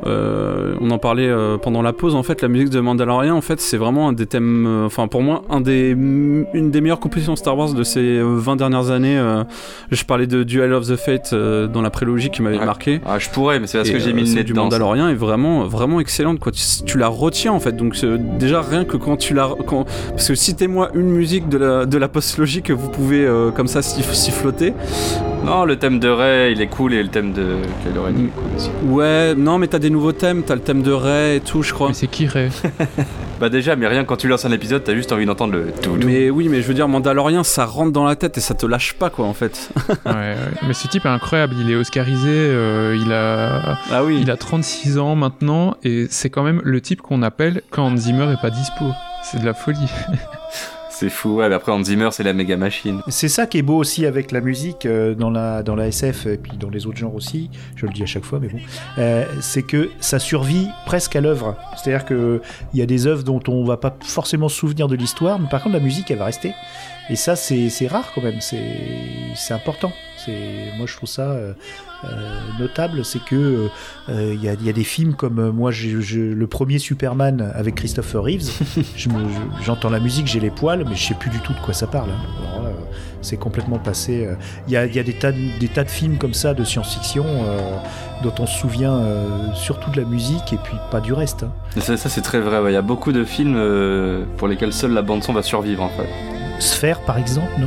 S6: euh, on en parlait euh, pendant la pause, en fait, la musique de Mandalorian, en fait, c'est vraiment un des thèmes... Euh, enfin, pour moi, un des, une des meilleures compositions Star Wars de ces vingt dernières années. Euh, je parlais de Duel of the Fate euh, dans la prélogie qui m'avait
S3: ouais.
S6: marqué.
S3: Ah, je pourrais, mais c'est parce et, que j'ai mis
S6: euh,
S3: le nez
S6: du
S3: dedans.
S6: Mandalorian est vraiment, vraiment excellente, quoi. Tu, tu la retiens, en fait. Donc, euh, déjà, rien que quand tu la... Quand, parce que citez-moi une musique de la, de la post-logie que vous pouvez, euh, comme ça, siffloter.
S3: Non, le thème de Rey, il est cool, et le thème de Kylo Ren, il est cool aussi.
S6: Ouais, non, mais t'as des nouveaux thèmes, t'as le thème de Rey et tout, je crois.
S4: Mais c'est qui Rey?
S3: Bah déjà, mais rien quand tu lances un épisode, t'as juste envie d'entendre le tout.
S6: Mais oui, mais je veux dire, Mandalorian, ça rentre dans la tête et ça te lâche pas, quoi, en fait.
S4: ouais, ouais, mais ce type est incroyable, il est oscarisé, euh, il a,
S6: ah oui.
S4: il a trente-six ans maintenant, et c'est quand même le type qu'on appelle quand Hans Zimmer est pas dispo. C'est de la folie.
S3: C'est fou, ouais, mais après Hans Zimmer c'est la méga machine.
S5: C'est ça qui est beau aussi avec la musique euh, dans, la, dans la S F et puis dans les autres genres aussi, je le dis à chaque fois mais bon, euh, c'est que ça survit presque à l'œuvre. C'est-à-dire qu'il y a des œuvres dont on va pas forcément se souvenir de l'histoire, mais par contre la musique elle va rester. Et ça c'est, c'est rare quand même, c'est, c'est important. C'est, moi je trouve ça euh, euh, notable, c'est que il euh, y, y a des films comme euh, moi j'ai, je, le premier Superman avec Christopher Reeves, je me, je, j'entends la musique, j'ai les poils, mais je sais plus du tout de quoi ça parle. Hein. Alors là, euh, c'est complètement passé. Il euh, y a, y a des, tas de, des tas de films comme ça de science-fiction euh, dont on se souvient euh, surtout de la musique et puis pas du reste. Hein.
S3: Ça, ça c'est très vrai, il ouais. y a beaucoup de films euh, pour lesquels seule la bande-son va survivre en fait.
S5: Sphère par exemple, non?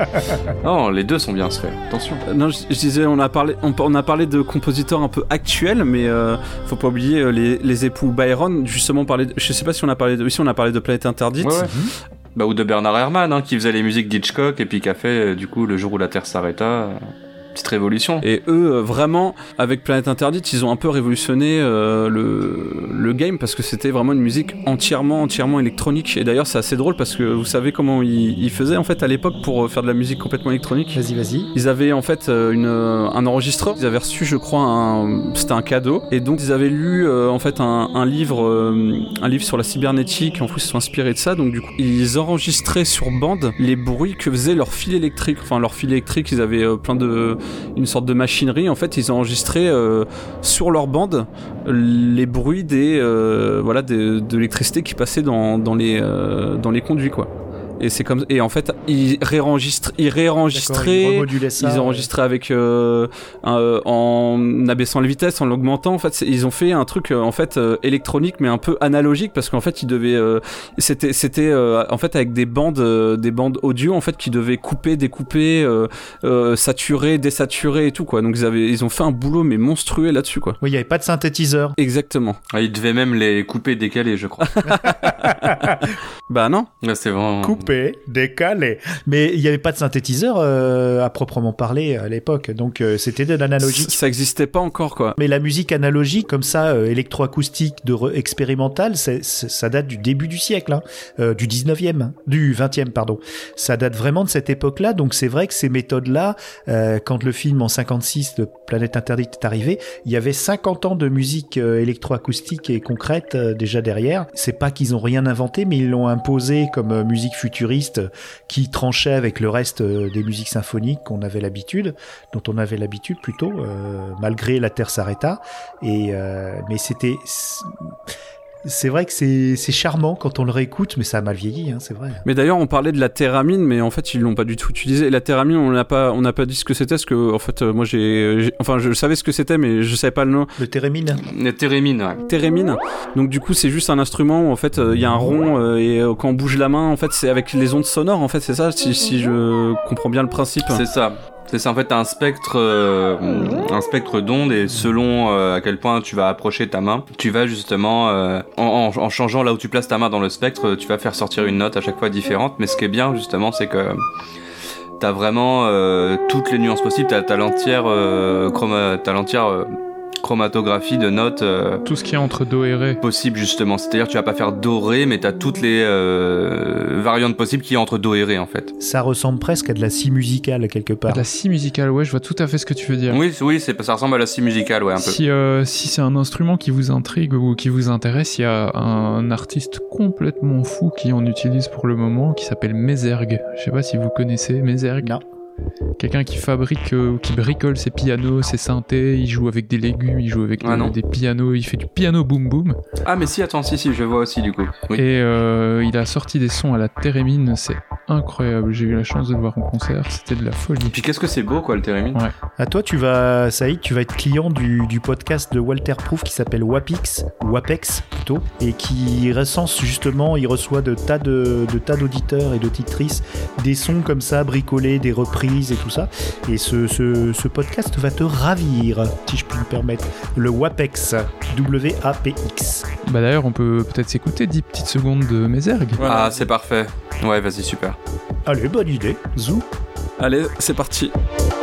S3: Non, les deux sont bien Sphère, attention.
S6: Euh, non, je, je disais, on a, parlé, on, on a parlé de compositeurs un peu actuels, mais euh, faut pas oublier euh, les, les époux Byron, justement, parler de, je sais pas si on a parlé de, oui, si on a parlé de Planète Interdite.
S3: Ouais, ouais. Mm-hmm. Bah, ou de Bernard Herrmann, hein, qui faisait les musiques d'Hitchcock et puis qui a fait, euh, du coup, Le jour où la Terre s'arrêta. Euh... Petite révolution.
S6: Et eux, euh, vraiment, avec Planète Interdite, ils ont un peu révolutionné euh, le, le game parce que c'était vraiment une musique entièrement, entièrement électronique. Et d'ailleurs, c'est assez drôle parce que vous savez comment ils, ils faisaient en fait à l'époque pour faire de la musique complètement électronique.
S5: Vas-y, vas-y.
S6: Ils avaient en fait une, un enregistreur. Ils avaient reçu, je crois, un, c'était un cadeau. Et donc, ils avaient lu euh, en fait un, un livre, euh, un livre sur la cybernétique. En plus, ils sont inspirés de ça. Donc, du coup, ils enregistraient sur bande les bruits que faisait leur fil électrique. Enfin, leur fil électrique, ils avaient euh, plein de une sorte de machinerie. En fait, ils enregistraient euh, sur leur bande les bruits des euh, voilà des, de l'électricité qui passait dans, dans les euh, dans les conduits, quoi. Et c'est comme et en fait ils réenregistrent ils réenregistraient ils,
S5: ça,
S6: ils enregistraient ouais. avec euh, un, en abaissant les vitesses, en l'augmentant. En fait ils ont fait un truc euh, en fait euh, électronique mais un peu analogique parce qu'en fait ils devaient euh, c'était c'était euh, en fait avec des bandes euh, des bandes audio en fait qui devaient couper, découper, euh, euh, saturer, désaturer et tout, quoi. Donc ils avaient ils ont fait un boulot mais monstrueux là-dessus, quoi.
S5: Oui, il y avait pas de synthétiseur.
S6: Exactement.
S3: Ah, ils devaient même les couper, décaler, je crois.
S6: Bah non.
S3: Là c'est vraiment
S5: couper, décalé. Mais il n'y avait pas de synthétiseur euh, à proprement parler à l'époque, donc euh, c'était de l'analogique.
S6: Ça n'existait pas encore, quoi.
S5: Mais la musique analogique, comme ça, euh, électroacoustique, de re- expérimentale, c'est, c'est, ça date du début du siècle, hein, euh, du dix-neuvième, hein, du vingtième, pardon. Ça date vraiment de cette époque-là, donc c'est vrai que ces méthodes-là, euh, quand le film en cinquante-six de Planète Interdite est arrivé, il y avait cinquante ans de musique euh, électroacoustique et concrète euh, déjà derrière. C'est pas qu'ils ont rien inventé, mais ils l'ont imposé comme euh, musique futuriste qui tranchait avec le reste euh, des musiques symphoniques qu'on avait l'habitude, dont on avait l'habitude plutôt, euh, malgré La Terre s'arrêta. Et euh, mais c'était c'est vrai que c'est, c'est charmant quand on le réécoute, mais ça a mal vieilli, hein, c'est vrai.
S6: Mais d'ailleurs, on parlait de la théramine, mais en fait, ils l'ont pas du tout utilisé. La théramine, on n'a pas, on n'a pas dit ce que c'était, parce que en fait, euh, moi, j'ai, j'ai, enfin, je savais ce que c'était, mais je savais pas le nom.
S5: Le thérémine.
S3: Le thérémine, ouais.
S6: Thérémine. Donc du coup, c'est juste un instrument où en fait, il euh, y a un rond euh, et euh, quand on bouge la main, en fait, c'est avec les ondes sonores, en fait, c'est ça, si, si je comprends bien le principe.
S3: C'est ça. C'est ça, en fait, t'as un spectre, euh, un spectre d'ondes et selon euh, à quel point tu vas approcher ta main, tu vas justement, euh, en, en, en changeant là où tu places ta main dans le spectre, tu vas faire sortir une note à chaque fois différente. Mais ce qui est bien justement, c'est que t'as vraiment euh, toutes les nuances possibles. T'as, t'as l'entière, euh, chroma, t'as l'entière euh, chromatographie de notes. Euh,
S4: Tout ce qui est entre do et ré.
S3: Possible justement. C'est-à-dire que tu vas pas faire do ré, mais t'as toutes les euh, variantes possibles qui est entre do et ré en fait.
S5: Ça ressemble presque à de la scie musicale quelque part.
S4: De la scie musicale, ouais, je vois tout à fait ce que tu veux dire.
S3: Oui, oui, c'est, ça ressemble à la scie musicale, ouais, un peu.
S4: Si, euh, si c'est un instrument qui vous intrigue ou qui vous intéresse, il y a un artiste complètement fou qui en utilise pour le moment, qui s'appelle Mézergue. Je sais pas si vous connaissez Mézergue.
S5: Non.
S4: Quelqu'un qui fabrique, euh, qui bricole ses pianos, ses synthés, il joue avec des légumes, il joue avec
S3: ah,
S4: des, des pianos, il fait du piano boom boom.
S3: Ah mais si, attends, si, si, je vois aussi du coup. Oui.
S4: Et euh, il a sorti des sons à la thérémine, c'est incroyable, j'ai eu la chance de le voir en concert, c'était de la folie.
S3: Et puis qu'est-ce que c'est beau quoi le thérémine.
S4: Ouais.
S5: À toi, tu vas, Saïd, tu vas être client du, du podcast de Walter Proof qui s'appelle Wapix, Wapex plutôt, et qui recense justement, il reçoit de tas, de, de tas d'auditeurs et d'auditrices des sons comme ça, bricolés, des reprises et tout ça. Et ce, ce, ce podcast va te ravir, si je puis me permettre. Le Wapex, W A P X.
S4: Bah d'ailleurs, on peut peut-être s'écouter dix petites secondes de Mézergue.
S3: Voilà. Ah, c'est parfait. Ouais, vas-y, super.
S5: Allez, bonne idée. Zou.
S6: Allez, c'est parti.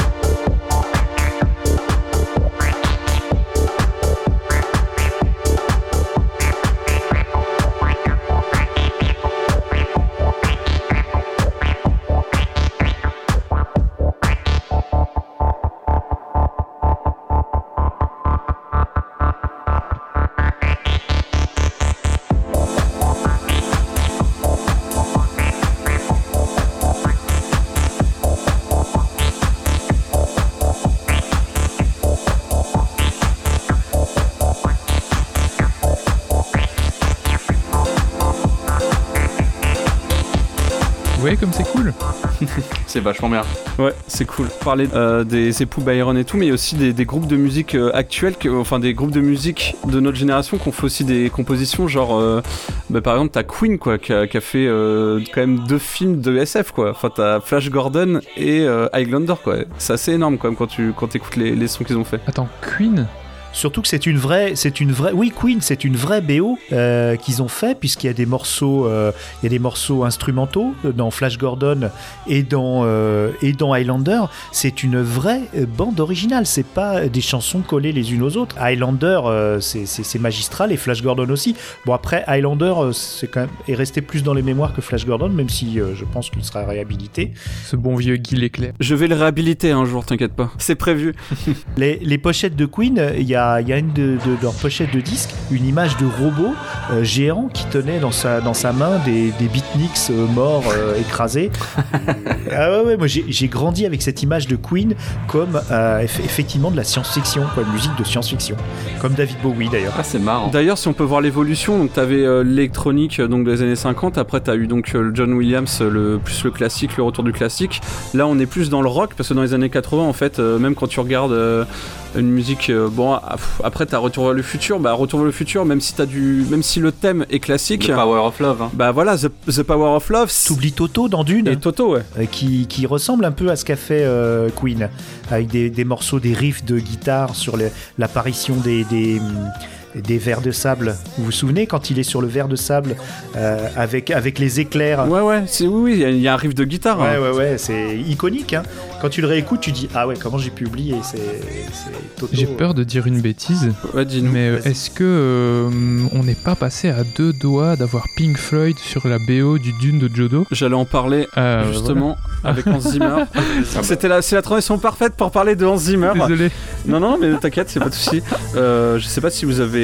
S4: Vous voyez comme c'est cool.
S3: C'est vachement bien.
S6: Ouais, c'est cool. Parler euh, des époux Byron et tout, mais aussi des, des groupes de musique euh, actuels, que, enfin des groupes de musique de notre génération qui ont fait aussi des compositions, genre euh, bah, par exemple t'as Queen quoi, qui a, qui a fait euh, quand même deux films de S F quoi. Enfin t'as Flash Gordon et euh, Highlander quoi. C'est assez énorme quand même quand tu quand écoutes les, les sons qu'ils ont fait.
S4: Attends, Queen ?
S5: Surtout que c'est une vraie, c'est une vraie, oui Queen, c'est une vraie B O euh, qu'ils ont fait puisqu'il y a des morceaux, euh, il y a des morceaux instrumentaux dans Flash Gordon et dans euh, et dans Highlander. C'est une vraie bande originale. C'est pas des chansons collées les unes aux autres. Highlander, euh, c'est, c'est, c'est magistral et Flash Gordon aussi. Bon après Highlander, euh, c'est quand même est resté plus dans les mémoires que Flash Gordon, même si euh, je pense qu'il sera réhabilité.
S4: Ce bon vieux Guy Leclerc.
S6: Je vais le réhabiliter un jour, t'inquiète pas. C'est prévu.
S5: les, les pochettes de Queen, il y a Il y a une de, de, de leurs pochettes de disque, une image de robot euh, géant qui tenait dans sa, dans sa main des, des beatniks euh, morts, euh, écrasés. Et, ah ouais, ouais, moi j'ai, j'ai grandi avec cette image de Queen comme euh, eff- effectivement de la science-fiction, quoi, une musique de science-fiction. Comme David Bowie d'ailleurs.
S3: Ah, c'est marrant.
S6: D'ailleurs, si on peut voir l'évolution, donc t'avais euh, l'électronique donc des années cinquante, après t'as eu donc euh, John Williams, le, plus le classique, le retour du classique. Là, on est plus dans le rock parce que dans les années quatre-vingts, en fait, euh, même quand tu regardes euh, une musique, euh, bon, après t'as Retour vers le futur, bah Retour vers le futur, même si t'as du, même si le thème est classique.
S3: The Power of Love. Hein.
S6: Bah voilà, The, The Power of Love.
S5: T'oublies Toto dans Dune.
S6: Et Toto, ouais.
S5: Euh, qui, qui ressemble un peu à ce qu'a fait euh, Queen, avec des, des morceaux, des riffs de guitare sur les, l'apparition des, des des vers de sable. Vous vous souvenez quand il est sur le ver de sable euh, avec, avec les éclairs.
S6: Ouais, ouais, c'est, oui, oui, il y, y a un riff de guitare.
S5: Ouais,
S6: hein.
S5: ouais, ouais, c'est iconique. Hein. Quand tu le réécoutes, tu dis ah ouais, comment j'ai pu oublier. C'est, c'est Toto.
S4: J'ai peur de dire une bêtise,
S6: ouais, dis-nous.
S4: mais euh, est-ce que euh, on n'est pas passé à deux doigts d'avoir Pink Floyd sur la B O du Dune de Jodo ?
S6: J'allais en parler euh, justement voilà. avec Hans Zimmer. C'était la, c'est la transition parfaite pour parler de Hans Zimmer.
S4: Désolé.
S6: Non, non, mais t'inquiète, c'est pas de souci. Euh, je sais pas si vous avez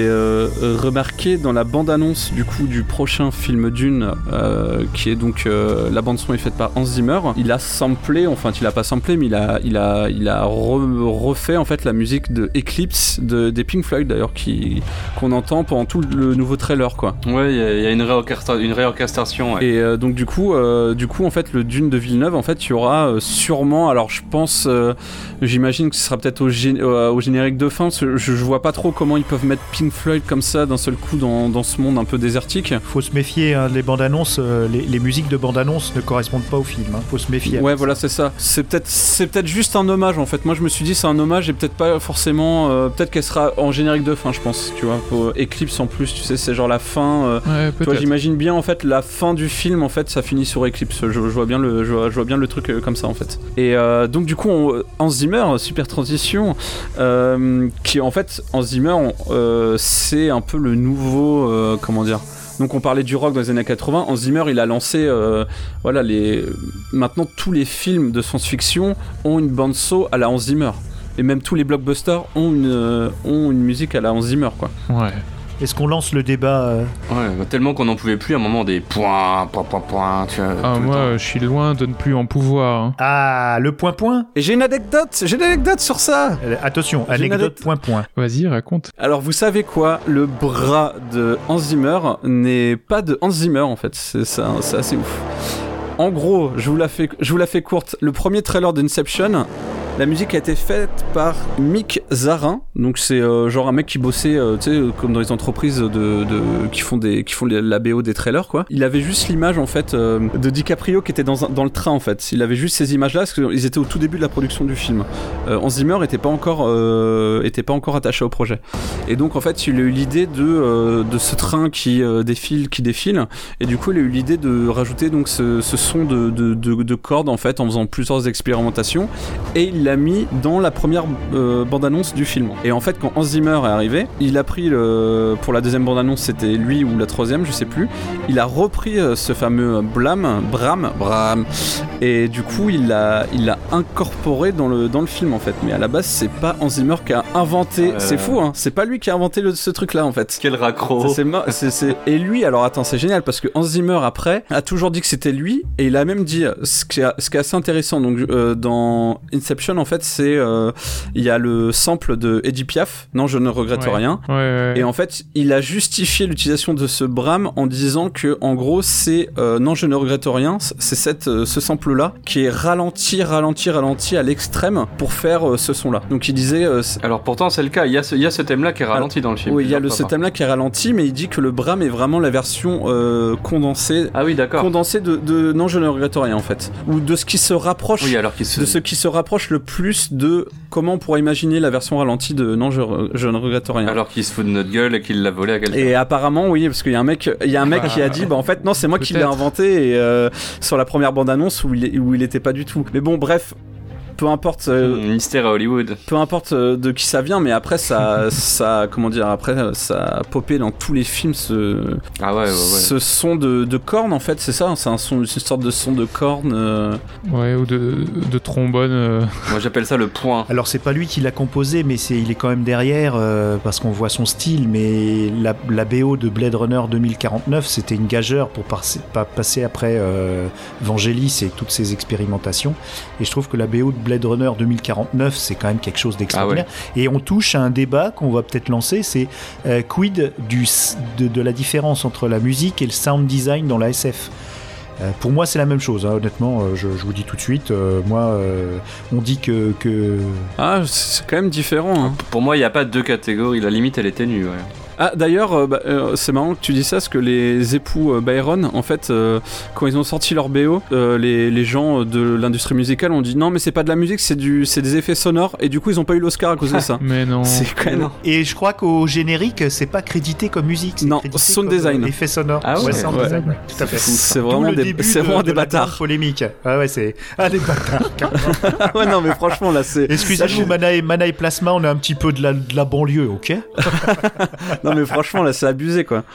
S6: euh, remarqué dans la bande-annonce du coup du prochain film Dune, euh, qui est donc euh, la bande-son est faite par Hans Zimmer. Il a samplé, enfin il a pas samplé, mais il a, il a, il a re- refait en fait la musique de Eclipse de, des Pink Floyd d'ailleurs, qui qu'on entend pendant tout le nouveau trailer quoi.
S3: Ouais, il y, y a une, réorchestra- une réorchestration. Ouais.
S6: Et euh, donc du coup, euh, du coup en fait le Dune de Villeneuve, en fait il y aura euh, sûrement, alors je pense, euh, j'imagine que ce sera peut-être au, gé- euh, au générique de fin, parce que je, je vois pas trop comment ils peuvent mettre Pink Floyd comme ça d'un seul coup dans, dans ce monde un peu désertique.
S5: Faut se méfier, hein, les bandes annonces, euh, les, les musiques de bandes annonces ne correspondent pas au film. Hein. Faut se méfier.
S6: Ouais, voilà, c'est ça. C'est peut-être, c'est peut-être juste un hommage en fait. Moi, je me suis dit c'est un hommage et peut-être pas forcément. Euh, peut-être qu'elle sera en générique de fin, je pense. Tu vois, pour Eclipse en plus, tu sais, c'est genre la fin. Euh,
S4: ouais,
S6: tu vois, j'imagine bien en fait la fin du film. En fait, ça finit sur Eclipse. Je, je vois bien le, je vois, je vois bien le truc euh, comme ça en fait. Et euh, donc du coup, on, Hans Zimmer, super transition, euh, qui en fait, Hans Zimmer, euh, c'est un peu le nouveau, euh, comment dire. Donc on parlait du rock dans les années quatre-vingts. Hans Zimmer, il a lancé, euh, voilà, les. Maintenant tous les films de science-fiction ont une bande son à la Hans Zimmer. Et même tous les blockbusters ont une, euh, ont une musique à la Hans Zimmer, quoi.
S4: Ouais.
S5: Est-ce qu'on lance le débat euh...
S3: Ouais, tellement qu'on n'en pouvait plus à un moment des points, points, points, points. Tu vois,
S4: ah, moi, je suis loin de ne plus en pouvoir. Hein.
S5: Ah, le point point.
S6: Et j'ai une anecdote, j'ai une anecdote sur ça.
S5: Euh, attention, j'ai anecdote anecdote... point point.
S4: Vas-y, raconte.
S6: Alors, vous savez quoi ? Le bras de Hans Zimmer n'est pas de Hans Zimmer en fait. C'est, c'est, c'est assez ouf. En gros, je vous la fais, je vous la fais courte. Le premier trailer d'Inception. La musique a été faite par Mick Zarin, donc c'est euh, genre un mec qui bossait, euh, tu sais, comme dans les entreprises de, de qui font des, qui font les, la B O des trailers quoi. Il avait juste l'image en fait euh, de DiCaprio qui était dans, un, dans le train en fait. Il avait juste ces images-là parce qu'ils étaient au tout début de la production du film. Euh, Hans Zimmer était pas encore, euh, était pas encore attaché au projet. Et donc en fait, il a eu l'idée de euh, de ce train qui euh, défile, qui défile, et du coup, il a eu l'idée de rajouter donc ce, ce son de, de, de, de cordes en fait en faisant plusieurs expérimentations. Et il l'a mis dans la première euh, bande-annonce du film. Et en fait, quand Hans Zimmer est arrivé, il a pris le... pour la deuxième bande-annonce, c'était lui ou la troisième, je sais plus. Il a repris euh, ce fameux Blam, Bram, Bram, et du coup, il l'a, il l'a incorporé dans le dans le film en fait. Mais à la base, c'est pas Hans Zimmer qui a inventé. Euh... C'est fou, hein. C'est pas lui qui a inventé le, ce truc-là en fait.
S3: Quel raccro.
S6: C'est, c'est, c'est, c'est... Et lui, alors attends, c'est génial parce que Hans Zimmer après a toujours dit que c'était lui, et il a même dit ce qui est, ce qui est assez intéressant. Donc euh, dans Inception, en fait, c'est il euh, y a le sample de Edith Piaf, non, je ne regrette
S4: ouais.
S6: rien.
S4: Ouais, ouais.
S6: Et en fait, il a justifié l'utilisation de ce Bram en disant que, en gros, c'est euh, non, je ne regrette rien. C'est cette, euh, ce sample-là qui est ralenti, ralenti, ralenti à l'extrême pour faire euh, ce son-là. Donc il disait. Euh,
S3: Alors pourtant, c'est le cas. Il y a ce, il y a ce thème-là qui est ralenti
S6: alors,
S3: dans le film.
S6: Oui, il y a le, ce thème-là qui est ralenti, mais il dit que le Bram est vraiment la version euh, condensée.
S3: Ah oui, d'accord.
S6: Condensée de, de non, je ne regrette rien en fait, ou de ce qui se rapproche.
S3: Oui, alors qu'il se...
S6: de ce qui se rapproche le plus de comment on pourrait imaginer la version ralentie de non je, je ne regrette rien.
S3: Alors qu'il se fout de notre gueule et qu'il l'a volé à quelqu'un.
S6: Et apparemment oui, parce qu'il y a un mec, il y a un mec ah, qui a dit bah en fait non c'est moi peut-être. Qui l'ai inventé et euh, sur la première bande annonce où il où il était pas du tout. Mais bon bref. Peu importe euh,
S3: mmh, mystère à Hollywood.
S6: Peu importe euh, de qui ça vient, mais après ça, ça, comment dire, après ça a popé dans tous les films ce,
S3: ah ouais, ouais, ouais.
S6: ce son de, de corne en fait, c'est ça, c'est un son, une sorte de son de corne. Euh...
S4: Ouais, ou de, de trombone. Euh...
S3: Moi j'appelle ça le point.
S5: Alors c'est pas lui qui l'a composé, mais c'est, il est quand même derrière euh, parce qu'on voit son style. Mais la, la B O de Blade Runner deux mille quarante-neuf, c'était une gageure pour passer, pas passer après euh, Vangelis et toutes ses expérimentations. Et je trouve que la B O de Blade Runner deux mille quarante-neuf, c'est quand même quelque chose d'extraordinaire. Ah ouais. Et on touche à un débat qu'on va peut-être lancer, c'est euh, quid du, de, de la différence entre la musique et le sound design dans la S F. Euh, pour moi, c'est la même chose, hein, honnêtement, euh, je, je vous dis tout de suite. Euh, moi, euh, on dit que, que...
S6: Ah, c'est quand même différent. Hein.
S3: Pour moi, il n'y a pas deux catégories, la limite, elle est ténue, ouais.
S6: Ah d'ailleurs euh, bah, euh, c'est marrant que tu dis ça parce que les époux euh, Byron en fait euh, quand ils ont sorti leur B O euh, les, les gens de l'industrie musicale ont dit non mais c'est pas de la musique c'est, du, c'est des effets sonores et du coup ils ont pas eu l'Oscar à cause de ça.
S4: Mais non
S6: c'est quand même...
S5: Et je crois qu'au générique c'est pas crédité comme musique, c'est
S6: non
S5: crédité
S6: sound
S5: comme
S6: design
S5: effet sonore.
S6: Ah ouais,
S5: ouais, sound
S6: ouais.
S5: design, ouais. Tout à fait.
S6: C'est vraiment
S5: Tout
S6: des, c'est vraiment
S5: de,
S6: des
S5: de
S6: bâtards
S5: polémique. Ah ouais c'est ah des bâtards.
S6: Ouais non mais franchement là c'est
S5: excusez-nous Mana et, Mana et Plasma on a un petit peu de la, de la banlieue ok.
S6: Non mais franchement là c'est abusé quoi.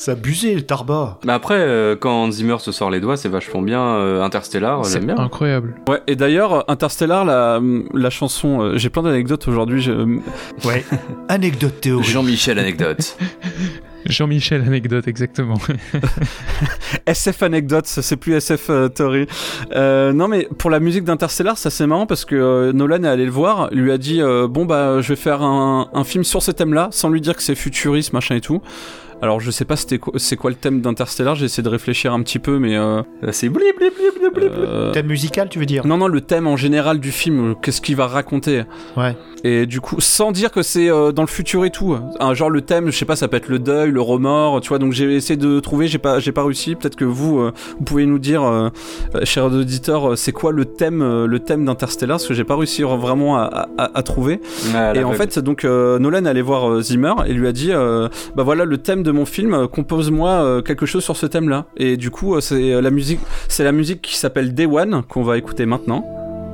S5: C'est abusé, le tarba.
S3: Mais après, euh, quand Hans Zimmer se sort les doigts, c'est vachement bien. euh, Interstellar,
S4: C'est
S3: j'aime bien.
S4: incroyable.
S6: Ouais, et d'ailleurs, Interstellar, la, la chanson, euh, j'ai plein d'anecdotes aujourd'hui. Je...
S5: Ouais. Anecdote théorique.
S3: Jean-Michel anecdote.
S4: Jean-Michel anecdote, exactement.
S6: S F anecdote, c'est plus S F euh, theory. Euh, non, mais pour la musique d'Interstellar, ça c'est marrant parce que euh, Nolan est allé le voir, lui a dit euh, bon bah je vais faire un, un film sur ce thème-là, sans lui dire que c'est futuriste, machin et tout. Alors je sais pas c'était quoi, c'est quoi le thème d'Interstellar, j'ai essayé de réfléchir un petit peu, mais euh,
S3: c'est blip blip blip blip blip.
S6: Euh...
S5: Thème musical, tu veux dire?
S6: Non non, le thème en général du film, qu'est-ce qu'il va raconter.
S5: Ouais.
S6: Et du coup, sans dire que c'est euh, dans le futur et tout, un genre le thème, je sais pas, ça peut être le deuil, le remords, tu vois. Donc j'ai essayé de trouver, j'ai pas, j'ai pas réussi. Peut-être que vous, euh, vous pouvez nous dire, euh, euh, chers auditeurs, euh, c'est quoi le thème, euh, le thème d'Interstellar, parce que j'ai pas réussi vraiment à, à, à trouver.
S3: Ah,
S6: et en fait, donc euh, Nolan allait voir euh, Zimmer et lui a dit, euh, bah voilà le thème de mon film, euh, compose-moi euh, quelque chose sur ce thème-là. Et du coup, euh, c'est la musique, c'est la musique qui s'appelle Day One qu'on va écouter maintenant.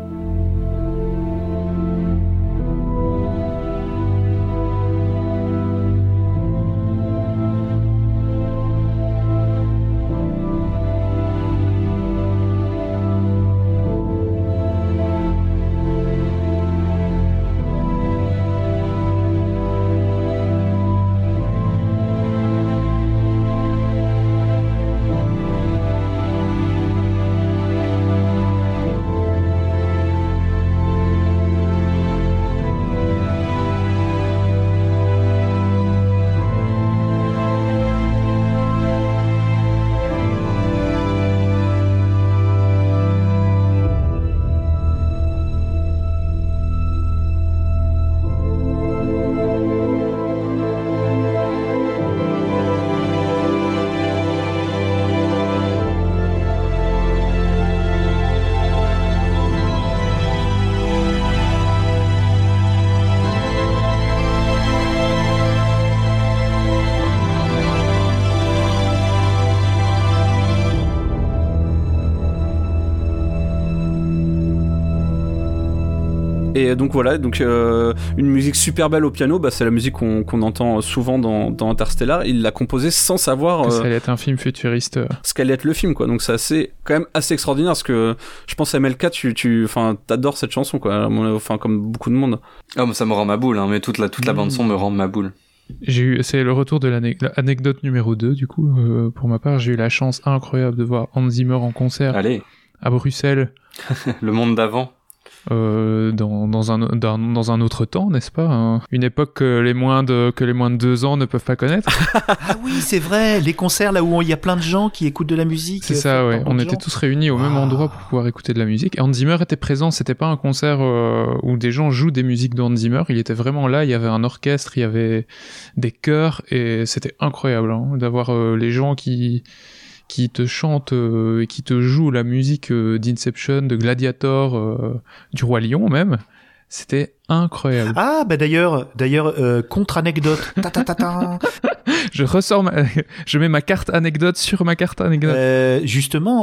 S6: Et donc voilà, donc euh, une musique super belle au piano, bah, c'est la musique qu'on, qu'on entend souvent dans, dans Interstellar. Il l'a composée sans savoir
S4: que
S6: euh,
S4: ça allait être un film futuriste.
S6: Ce qu'allait être le film, quoi. Donc c'est assez, quand même assez extraordinaire, parce que je pense à M L K, tu, tu, enfin, t'adores cette chanson, quoi. Enfin, comme beaucoup de monde.
S3: Ah, oh, ça me rend ma boule, hein, mais toute la toute la mmh. bande son me rend ma boule.
S4: J'ai eu, c'est le retour de l'anecdote numéro deux, du coup, euh, pour ma part, j'ai eu la chance incroyable de voir Hans Zimmer en concert.
S3: Allez.
S4: À Bruxelles.
S3: Le monde d'avant.
S4: Euh, dans, dans, un, dans, dans un autre temps, n'est-ce pas, hein. Une époque que les, moins de, que les moins de deux ans ne peuvent pas connaître.
S5: Ah oui, c'est vrai, les concerts là où il y a plein de gens qui écoutent de la musique.
S4: C'est ça, ouais. On était tous réunis au wow. même endroit pour pouvoir écouter de la musique. Et Hans Zimmer était présent, c'était pas un concert euh, où des gens jouent des musiques de Hans Zimmer, il était vraiment là, il y avait un orchestre, il y avait des chœurs, et c'était incroyable hein, d'avoir euh, les gens qui... qui te chante euh, et qui te joue la musique euh, d'Inception, de Gladiator, euh, du Roi Lion même. C'était incroyable.
S5: Ah, bah d'ailleurs, d'ailleurs, euh, contre-anecdote. Ta, ta, ta, ta.
S4: je ressors, ma... je mets ma carte anecdote sur ma carte anecdote.
S5: Euh, justement,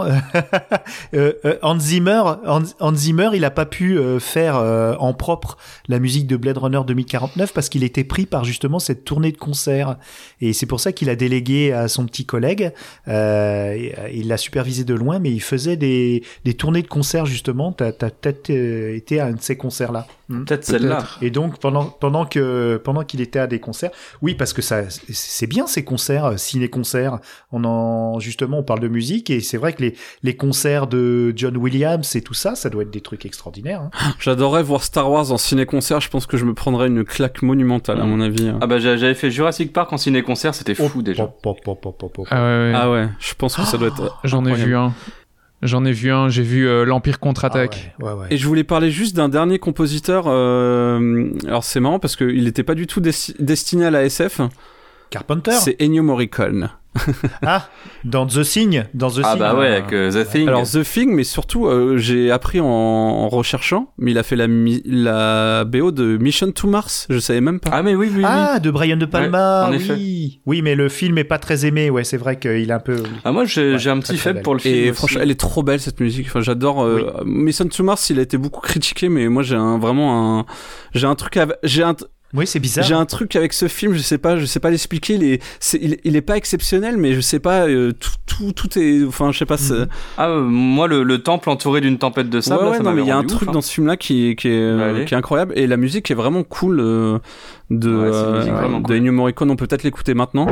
S5: euh, Hans Zimmer, Hans, Hans Zimmer, il a pas pu euh, faire euh, en propre la musique de Blade Runner deux mille quarante-neuf parce qu'il était pris par justement cette tournée de concert. Et c'est pour ça qu'il a délégué à son petit collègue. Euh, il l'a supervisé de loin, mais il faisait des, des tournées de concert justement. T'as, t'as peut-être euh, été à un de ces concerts-là.
S3: Peut-être celle-là.
S5: Et donc pendant pendant que pendant qu'il était à des concerts, oui parce que ça c'est bien ces concerts, ciné-concerts. On en justement on parle de musique et c'est vrai que les les concerts de John Williams et tout ça, ça doit être des trucs extraordinaires. Hein.
S6: J'adorerais voir Star Wars en ciné-concert. Je pense que je me prendrais une claque monumentale mmh. à mon avis.
S3: Ah bah j'avais fait Jurassic Park en ciné-concert, c'était fou
S5: oh,
S3: déjà.
S5: Pop, pop, pop, pop, pop.
S4: Ah ouais, ouais.
S6: Ah ouais. Je pense que ça doit être.
S4: J'en ai vu un. J'en ai vu un, j'ai vu euh, l'Empire contre-attaque.
S5: Ah ouais, ouais, ouais.
S6: Et je voulais parler juste d'un dernier compositeur. Euh... Alors c'est marrant parce qu'il n'était pas du tout desti- destiné à la S F.
S5: Carpenter.
S6: C'est Ennio Morricone.
S5: Ah, dans The Thing, dans The
S3: ah
S5: Thing.
S3: bah ouais, avec euh, The Thing.
S6: Alors The Thing, mais surtout, euh, j'ai appris en, en recherchant, mais il a fait la, mi- la B O de Mission to Mars, je savais même pas.
S3: Ah mais oui, oui,
S5: Ah,
S3: oui.
S5: de Brian De Palma,
S3: ouais, en
S5: oui.
S3: Effet.
S5: Oui, mais le film est pas très aimé, ouais, c'est vrai qu'il est un peu...
S3: Ah moi, j'ai, ouais, j'ai un petit faible pour le film
S6: Et
S3: aussi.
S6: franchement, elle est trop belle cette musique, enfin j'adore... Euh, oui. Mission to Mars, il a été beaucoup critiqué, mais moi j'ai un, vraiment un... J'ai un truc... À, j'ai un...
S5: Oui, c'est bizarre.
S6: J'ai un truc avec ce film, je sais pas, je sais pas l'expliquer. Il est, c'est, il, il est pas exceptionnel, mais je sais pas, euh, tout, tout, tout est, enfin, je sais pas. C'est...
S3: Ah, euh, moi, le, le temple entouré d'une tempête de sable,
S6: ouais,
S3: là,
S6: ouais,
S3: ça
S6: non, mais il y a un
S3: rendu
S6: truc
S3: ouf,
S6: dans
S3: hein.
S6: ce film-là qui, qui est,
S3: Bah,
S6: euh, qui est incroyable, et la musique est vraiment cool euh, de,
S3: Ouais, c'est une
S6: euh,
S3: musique vraiment
S6: de
S3: cool.
S6: Ennio Morricone. On peut peut-être l'écouter maintenant.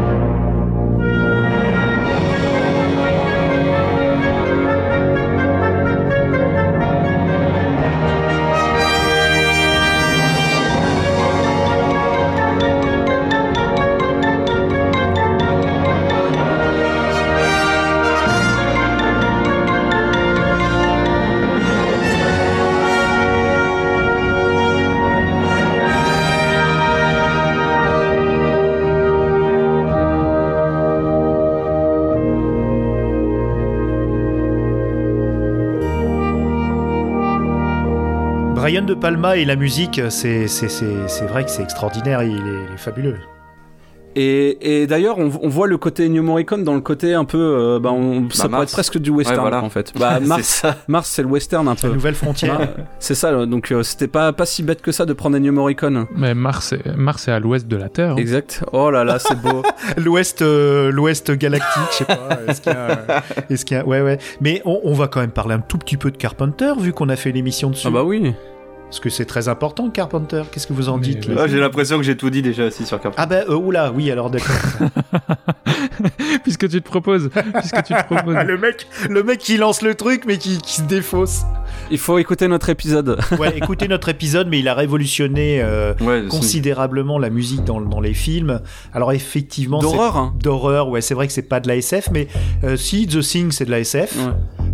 S5: Brian De Palma et la musique, c'est, c'est, c'est, c'est vrai que c'est extraordinaire, il est, il est fabuleux.
S6: Et, et d'ailleurs, on, on voit le côté Ennio Morricone dans le côté un peu, euh, bah, on,
S3: Bah,
S6: ça pourrait
S3: Mars.
S6: être presque du western,
S3: Ouais, voilà.
S6: en fait. Bah,
S3: C'est
S6: Mars,
S3: ça.
S6: Mars, c'est le western un peu.
S5: La nouvelle frontière.
S6: Ah, c'est ça, donc euh, c'était pas, pas si bête que ça de prendre Ennio Morricone.
S4: Mais Mars est, Mars est à l'ouest de la Terre. hein.
S6: Exact. Oh là là, c'est beau.
S5: L'ouest, euh, l'ouest galactique, je sais pas. Est-ce qu'il y a, euh, est-ce qu'il y a, ouais, ouais. Mais on, on va quand même parler un tout petit peu de Carpenter, vu qu'on a fait l'émission dessus.
S6: Ah bah oui.
S5: Parce que c'est très important, Carpenter. Qu'est-ce que vous en
S4: Mais
S5: dites
S4: oui.
S5: là
S3: Ah, j'ai l'impression que j'ai tout dit déjà assis sur Carpenter.
S5: Ah ben, euh, oula, oui, alors d'accord.
S4: Puisque tu te proposes. Puisque tu te proposes.
S5: le mec, le mec qui lance le truc, mais qui, qui se défausse.
S6: Il faut écouter notre épisode.
S5: Ouais, écoutez notre épisode, mais il a révolutionné euh,
S3: Ouais, c'est-
S5: considérablement la musique dans, dans les films. Alors effectivement,
S6: D'horreur,
S5: c'est...
S6: hein.
S5: D'horreur, ouais, c'est vrai que c'est pas de la S F, mais euh, si The Thing, c'est de la S F.
S6: Ouais.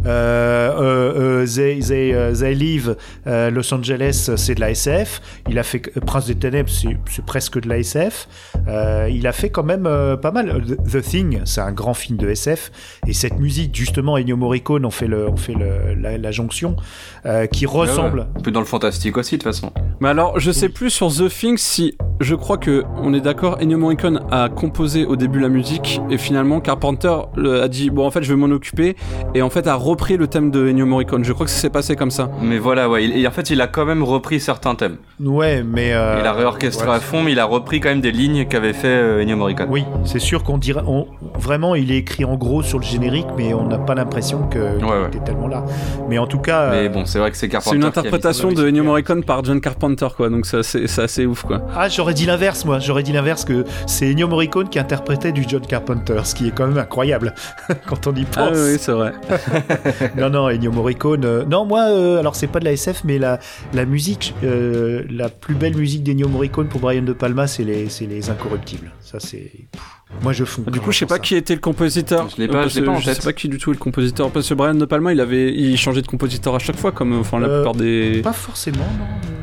S5: Euh, euh, euh, they, they, euh, They Live, euh, Los Angeles, c'est de la S F. Il a fait euh, Prince des Ténèbres, c'est, c'est presque de la S F. Euh, il a fait quand même euh, pas mal. The, The Thing, c'est un grand film de S F. Et cette musique, justement, Ennio Morricone, on fait, le, on fait le, la, la jonction, euh, qui ressemble.
S3: Ouais, ouais. Un peu dans le fantastique aussi, de toute façon.
S6: Mais alors, je sais plus sur The Thing si je crois que on est d'accord. Ennio Morricone a composé au début la musique et finalement Carpenter le- a dit bon en fait je vais m'en occuper et en fait a repris le thème de Ennio Morricone. Je crois que ça s'est passé comme ça.
S3: Mais voilà, ouais. Il, et en fait, il a quand même repris certains thèmes.
S5: Ouais, mais. Euh,
S3: il a réorchestré
S5: ouais.
S3: à fond, mais il a repris quand même des lignes qu'avait fait euh, Ennio Morricone.
S5: Oui, c'est sûr qu'on dirait. On, vraiment, il est écrit en gros sur le générique, mais on n'a pas l'impression que,
S3: Ouais,
S5: qu'il
S3: ouais.
S5: était tellement là. Mais en tout cas.
S3: Mais
S5: euh,
S3: bon, c'est vrai que c'est Carpenter.
S6: C'est une
S3: qui a mis ça
S6: interprétation
S3: dans
S6: de
S3: la
S6: Ennio
S3: musique.
S6: Morricone par John Carpenter quoi. Donc c'est assez, c'est assez ouf quoi.
S5: Ah, j'aurais dit l'inverse, moi. J'aurais dit l'inverse, que c'est Ennio Morricone qui interprétait du John Carpenter, ce qui est quand même incroyable quand on y pense.
S6: Ah oui, c'est vrai.
S5: non, non, Ennio Morricone. euh, Non, moi, euh, alors c'est pas de la S F, mais la, la musique, euh, la plus belle musique d'Ennio Morricone pour Brian De Palma, c'est les, c'est les Incorruptibles. Ça, c'est. Pff, moi, je fonds.
S6: Du coup, je sais pas qui était le compositeur.
S3: Je l'ai pas-
S6: Euh,
S3: je l'ai pas en
S6: je
S3: tête.
S6: sais pas qui du tout est le compositeur. Parce que Brian De Palma, il avait, il changeait de compositeur à chaque fois, comme enfin la
S5: Euh,
S6: plupart des.
S5: Pas forcément, non.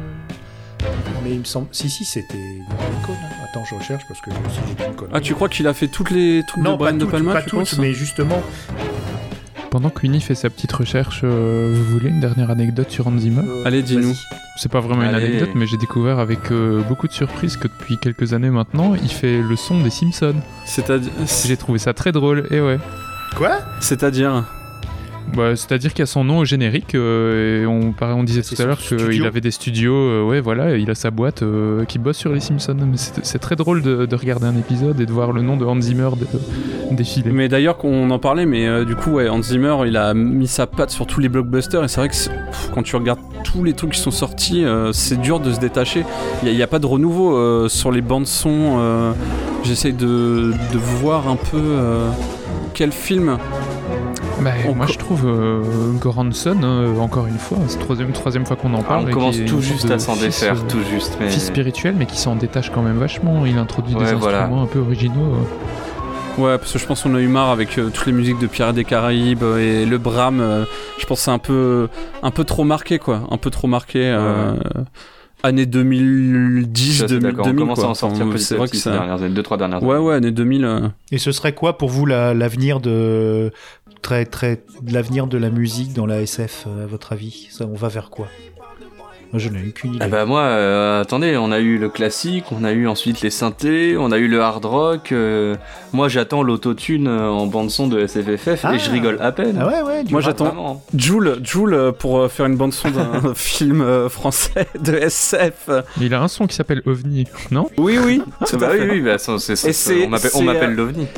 S5: euh, Mais il me semble. Si, si, c'était Ennio Morricone. hein. Attends, je recherche parce que si j'ai dit une connerie.
S6: Ah, tu crois qu'il a fait toutes les trucs
S5: Non,
S6: de Brian
S5: pas
S6: De
S5: toutes,
S6: Palma,
S5: pas
S6: tu
S5: toutes,
S6: penses
S5: mais justement.
S4: Pendant qu'Uni fait sa petite recherche, euh, vous voulez une dernière anecdote sur Hans Zimmer
S5: euh,
S6: Allez, dis-nous.
S5: vas-y.
S4: C'est pas vraiment une
S3: Allez.
S4: anecdote, mais j'ai découvert avec euh, beaucoup de surprise que depuis quelques années maintenant, il fait le son des Simpsons.
S6: C'est-à-dire.
S4: J'ai trouvé ça très drôle, et ouais.
S5: Quoi
S6: C'est-à-dire.
S4: Bah, c'est-à-dire qu'il y a son nom au générique, euh, et on, pareil, on disait
S5: C'est
S4: tout à l'heure
S5: son
S4: qu'il
S5: studio.
S4: avait des studios, euh, ouais voilà, et il a sa boîte euh, qui bosse sur les Simpsons. Mais c'est, c'est très drôle de, de regarder un épisode et de voir le nom de Hans Zimmer de- défiler.
S6: Mais d'ailleurs, qu'on en parlait, mais euh, du coup, ouais, Hans Zimmer, il a mis sa patte sur tous les blockbusters, et c'est vrai que c'est- pff, quand tu regardes tous les trucs qui sont sortis, euh, c'est dur de se détacher. Il n'y a, a pas de renouveau euh, sur les bandes-son. Euh, j'essaye de, de voir un peu euh, quel film.
S4: Bah,
S6: On
S4: moi
S6: co-
S4: je trouve euh, Goranson, euh, encore une fois, c'est la troisième, troisième fois qu'on en
S3: Ah,
S4: parle.
S3: on
S4: et
S3: commence
S4: qui est
S3: tout
S4: une
S3: juste
S4: sorte
S3: à
S4: de
S3: s'en
S4: fils,
S3: défaire,
S4: euh,
S3: tout juste. Mais...
S4: Fils spirituel, mais qui s'en détache quand même vachement. Il introduit
S3: Ouais,
S4: des
S3: voilà.
S4: instruments un peu originaux. euh.
S6: Ouais, parce que je pense qu'on a eu marre avec euh, toutes les musiques de Pirates des Caraïbes euh, et le Bram. euh, je pense que c'est un peu, un peu trop marqué, quoi. Un peu trop marqué. Euh, Année deux mille
S3: Je
S6: dix,
S3: suis assez
S6: deux mille,
S3: d'accord, on commence
S6: quoi.
S3: à en sortir
S6: Enfin,
S3: petit
S6: c'est
S3: à
S6: vrai
S3: petit
S6: que
S3: ces
S6: ça.
S3: dernières années, deux, trois dernières
S6: Ouais,
S3: années.
S6: ouais, année deux mille. euh,
S5: Et ce serait quoi pour vous la- l'avenir de très très l'avenir de la musique dans la S F euh, à votre avis? Ça, on va vers quoi? Moi, je n'ai eu qu'une idée.
S3: Ah bah moi, euh, attendez, on a eu le classique, on a eu ensuite les synthés, on a eu le hard rock. Euh, moi, j'attends l'autotune euh, en bande son de S F F F
S5: Ah.
S3: et je rigole à peine.
S5: Ah ouais, ouais. Du
S6: Moi
S5: rap,
S6: j'attends
S3: Vraiment.
S6: Joule, Joule euh, pour euh, faire une bande son d'un film euh, français de S F.
S4: Mais il a un son qui s'appelle OVNI, non?
S6: Oui, oui, tout
S3: Bah
S6: à
S3: oui,
S6: fait.
S3: oui, bah, ça, c'est, c'est,
S6: Et c'est-
S3: on m'appelle, on
S6: c'est,
S3: m'appelle
S6: euh,
S3: l'OVNI.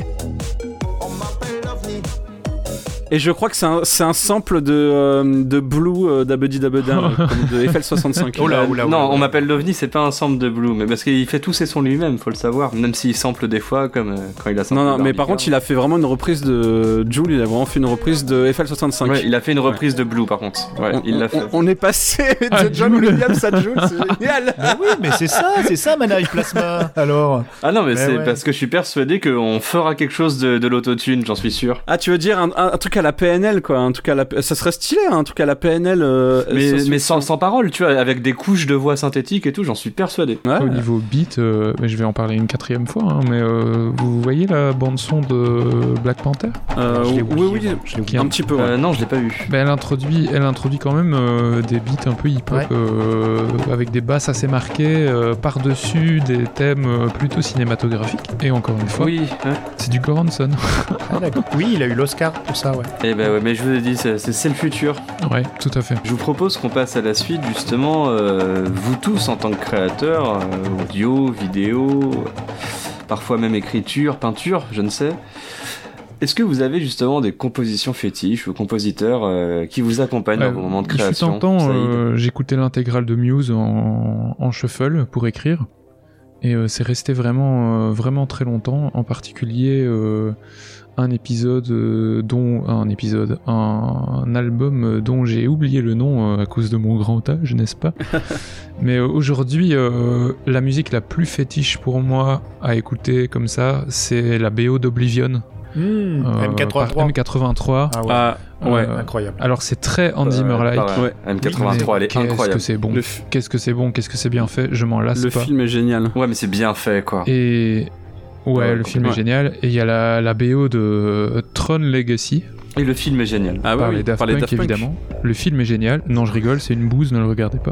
S6: Et je crois que c'est un, c'est un sample de, euh, de Blue euh, d'Abedi Dabedin, euh, comme de F L soixante-cinq.
S5: Oh là, oh là, oh là,
S3: non,
S5: oh là.
S3: on m'appelle l'OVNI, c'est pas un sample de Blue, mais parce qu'il fait tous ses sons lui-même, faut le savoir. Même s'il sample des fois, comme euh, quand il a samplé
S6: Non, non, mais
S3: Barbie
S6: par contre,
S3: Girl.
S6: il a fait vraiment une reprise de Joule, il a vraiment fait une reprise de F L soixante-cinq.
S3: Ouais, il a fait une reprise de Blue par contre. Ouais,
S6: on,
S3: il l'a fait.
S6: on- on est passé de
S4: Ah,
S6: John
S4: Joule.
S6: Williams à Joule, c'est génial.
S5: Mais oui, mais c'est ça, c'est ça, Mana et Plasma. Alors.
S3: Ah non, mais,
S5: Mais
S3: c'est
S5: ouais.
S3: parce que je suis persuadé qu'on fera quelque chose de, de l'autotune, j'en suis sûr.
S6: Ah, tu veux dire un, un, un truc à la P N L, quoi, un truc à la, ça serait stylé, hein, un truc à la P N L. Euh,
S3: Mais,
S6: sans-
S3: mais sans, sans parole, tu vois, avec des couches de voix synthétiques et tout, j'en suis persuadé.
S6: Ouais.
S4: Au niveau beat, euh, mais je vais en parler une quatrième fois, hein, mais euh, vous voyez la bande-son de Black Panther?
S6: Euh,
S5: Je l'ai
S6: oui,
S5: oublié,
S6: oui,
S5: moi, je l'ai
S4: oublié.
S6: un petit peu. Ouais.
S3: Euh, non, je l'ai pas vu.
S4: Ben, elle introduit, elle introduit quand même euh, des beats un peu hip-hop
S5: Ouais.
S4: euh, avec des basses assez marquées euh, par-dessus des thèmes euh, plutôt cinématographiques. Et encore une fois,
S3: Oui, hein.
S4: c'est du Goranson.
S5: Ah, d'accord. Oui, il a eu l'Oscar pour ça, ouais.
S3: Eh ben ouais, mais je vous ai dit, c'est, c'est, c'est le futur.
S4: Ouais, tout à fait.
S3: Je vous propose qu'on passe à la suite, justement, euh, vous tous en tant que créateurs, euh, audio, vidéo, euh, parfois même écriture, peinture, je ne sais. Est-ce que vous avez justement des compositions fétiches ou compositeurs euh, qui vous accompagnent
S4: Ouais,
S3: dans vos moments de
S4: il fut
S3: création
S4: un temps,
S3: Saïd
S4: euh, j'écoutais l'intégrale de Muse en, en shuffle pour écrire. Et euh, c'est resté vraiment, euh, vraiment très longtemps. En particulier, euh, un épisode euh, dont... Un épisode, un, un album euh, dont j'ai oublié le nom euh, à cause de mon grand âge, n'est-ce pas? Mais euh, aujourd'hui, euh, la musique la plus fétiche pour moi à écouter comme ça, c'est la B O d'Oblivion.
S5: Mmh,
S4: euh,
S5: M quatre-vingt-trois.
S4: par M quatre-vingt-trois.
S5: Ah ouais.
S6: Ah, ouais.
S4: Euh,
S5: Incroyable.
S4: Alors c'est très Hans
S3: Euh,
S4: Zimmer-like.
S3: pareil.
S6: Ouais.
S3: M quatre-vingt-trois, elle est
S4: Qu'est-ce
S3: incroyable.
S4: que c'est bon.
S6: Le, f-
S4: Qu'est-ce que c'est bon, qu'est-ce que c'est bien fait, je m'en lasse
S6: le
S4: pas.
S6: film est génial.
S3: Ouais, mais c'est bien fait, quoi.
S4: Et ouais,
S3: Ouais,
S4: le film
S6: ouais.
S4: est génial. Et il y a la, la B O de Tron Legacy
S3: Et le film est génial.
S6: Ah ouais,
S4: par
S6: oui,
S4: les Daft
S6: par les
S4: Punk,
S6: Daft Punk.
S4: évidemment. Le film est génial. Non, je rigole, c'est une bouse, ne le regardez pas.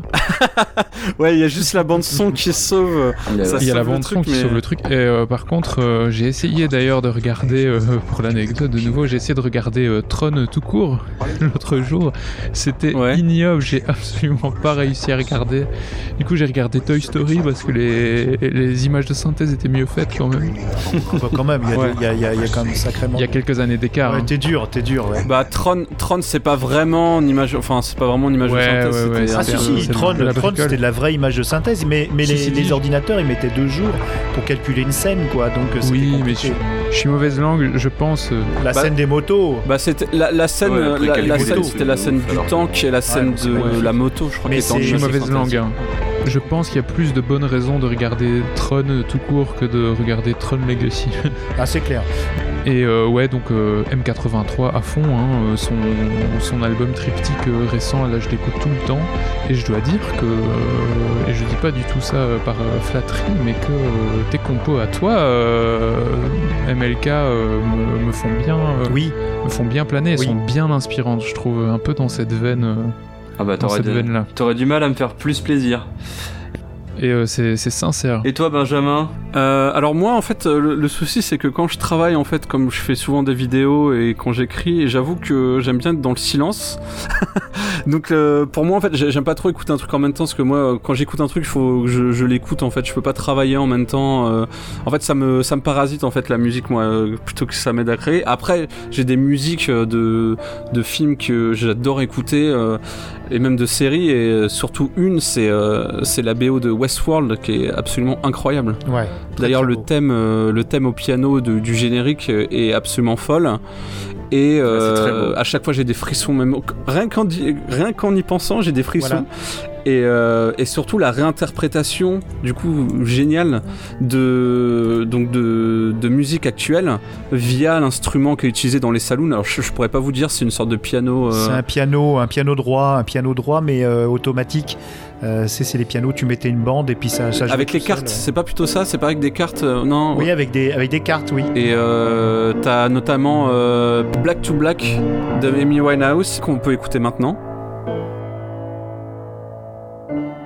S6: Ouais, il y a juste la bande son qui sauve.
S3: Il y a-
S6: Ça
S4: Il y a la
S6: sauve le
S4: bande son
S6: truc,
S4: qui
S6: mais-
S4: sauve le truc. Et euh, par contre, euh, j'ai essayé d'ailleurs de regarder, euh, pour l'anecdote de nouveau, j'ai essayé de regarder euh, Tron tout court l'autre jour. C'était
S6: Ouais.
S4: ignoble, j'ai absolument pas réussi à regarder. Du coup, j'ai regardé Toy Story parce que les, les images de synthèse étaient mieux faites quand même.
S5: Bah, quand même, il y, a
S6: Ouais.
S5: des- il y a- il y a- il y a quand même sacrément.
S4: Il y a quelques années d'écart.
S5: Ouais,
S4: hein.
S5: t'es dur, t'es dur, ouais.
S6: Bah Tron, Tron c'est pas vraiment une image, enfin c'est pas vraiment une image
S4: Ouais,
S6: de synthèse.
S4: ouais, ouais,
S6: c'était
S5: Ah
S6: un
S5: si,
S6: peu-
S5: si,
S4: c'est
S5: Tron,
S4: de la
S5: Tron,
S4: bricole.
S5: c'était de la vraie image de synthèse, mais, mais
S4: Si,
S5: les,
S4: si,
S5: les
S4: si.
S5: ordinateurs, ils mettaient deux jours pour calculer une scène, quoi, donc euh, c'était
S4: Oui, mais
S5: compliqué.
S4: je, je suis mauvaise langue, je pense. euh,
S5: La
S6: Bah-
S5: scène des motos.
S6: Bah c'était la, la scène,
S3: Ouais, après,
S6: la,
S3: quelle
S6: la
S3: moto,
S6: scène
S3: c'est
S6: c'était la
S3: de
S6: scène
S3: ouf,
S6: du
S3: alors.
S6: tank et la scène
S5: c'est
S6: de
S5: magnifique.
S6: la moto, je crois.
S5: Mais
S6: qui était en
S5: c'est-
S4: Je suis
S6: image de
S4: mauvaise
S6: synthèse.
S4: langue. hein. Je pense qu'il y a plus de bonnes raisons de regarder Tron tout court que de regarder Tron Legacy.
S5: Ah, c'est clair.
S4: Et euh, ouais, donc euh, M quatre-vingt-trois à fond, hein, euh, son, son album triptyque euh, récent, là je l'écoute tout le temps. Et je dois dire que, euh, et je dis pas du tout ça euh, par euh, flatterie, mais que euh, tes compos à toi, euh, M L K, euh, me, me font bien, euh,
S5: Oui,
S4: me font bien planer, elles
S5: Oui.
S4: sont bien inspirantes, je trouve, un peu dans cette veine, euh,
S3: Ah bah
S4: dans
S3: t'aurais,
S4: cette
S3: de-
S4: veine-là.
S3: t'aurais du mal à me faire plus plaisir.
S4: Et euh, c'est c'est sincère.
S3: Et toi, Benjamin?
S6: Euh, alors moi en fait euh, le, le souci c'est que quand je travaille en fait comme je fais souvent des vidéos et quand j'écris j'avoue que j'aime bien être dans le silence donc euh, pour moi en fait j'ai- j'aime pas trop écouter un truc en même temps parce que moi euh, quand j'écoute un truc il faut que je, je l'écoute en fait je peux pas travailler en même temps euh, en fait ça me ça me parasite en fait la musique moi euh, plutôt que ça m'aide à créer. Après j'ai des musiques euh, de de films que j'adore écouter euh, et même de séries et euh, surtout une c'est euh, c'est la B O de Westworld qui est absolument incroyable.
S5: ouais.
S6: D'ailleurs,
S5: très
S6: le
S5: beau.
S6: thème, euh, le thème au piano de- du générique euh, est absolument folle. Et euh,
S3: Ouais, c'est très beau.
S6: à chaque fois, j'ai des frissons, même rien qu'en, di- rien qu'en y pensant, j'ai des frissons.
S5: Voilà.
S6: Et, euh, et surtout la réinterprétation, du coup, géniale de donc de, de musique actuelle via l'instrument qui est utilisé dans les saloons. Alors, je, je pourrais pas vous dire, c'est une sorte de piano. euh,
S5: C'est un piano, un piano droit, un piano droit, mais euh, automatique. Euh, c'est, c'est les pianos, tu mettais une bande et puis ça, ça jouait
S6: avec les
S5: tout seul,
S6: cartes.
S5: ouais.
S6: C'est pas plutôt ça C'est pas avec des cartes euh, Non.
S5: Oui, avec des, avec des cartes, oui.
S6: Et euh, t'as notamment euh, Black to Black de Amy Winehouse qu'on peut écouter maintenant.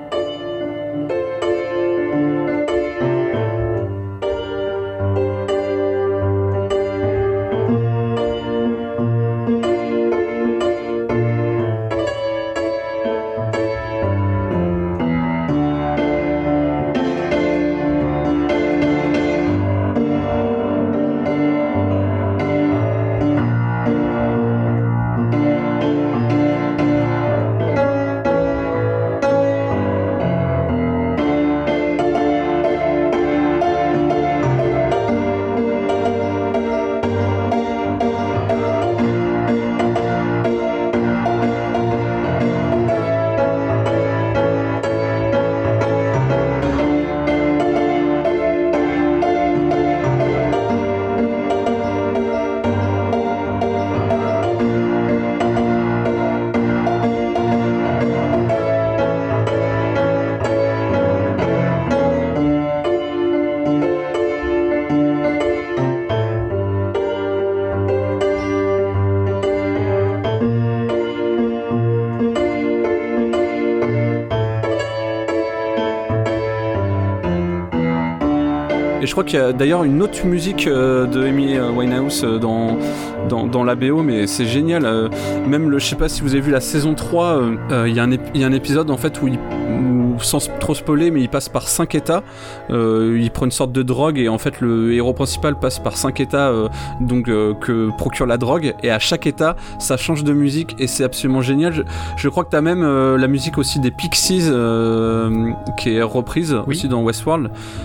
S6: Et je crois qu'il y a d'ailleurs une autre musique euh, de Amy Winehouse euh, dans, dans, dans la B O, mais c'est génial. Euh, même, le, je sais pas si vous avez vu la saison trois, il euh, euh, y, ép- y a un épisode en fait où, il, où sans trop spoiler, mais il passe par cinq états. Euh, il prend une sorte de drogue et en fait le héros principal passe par cinq états euh, donc, euh, que procure la drogue. Et à chaque état, ça change de musique et c'est absolument génial. Je, je crois que t'as même euh, la musique aussi des Pixies euh, qui est reprise oui. aussi dans Westworld.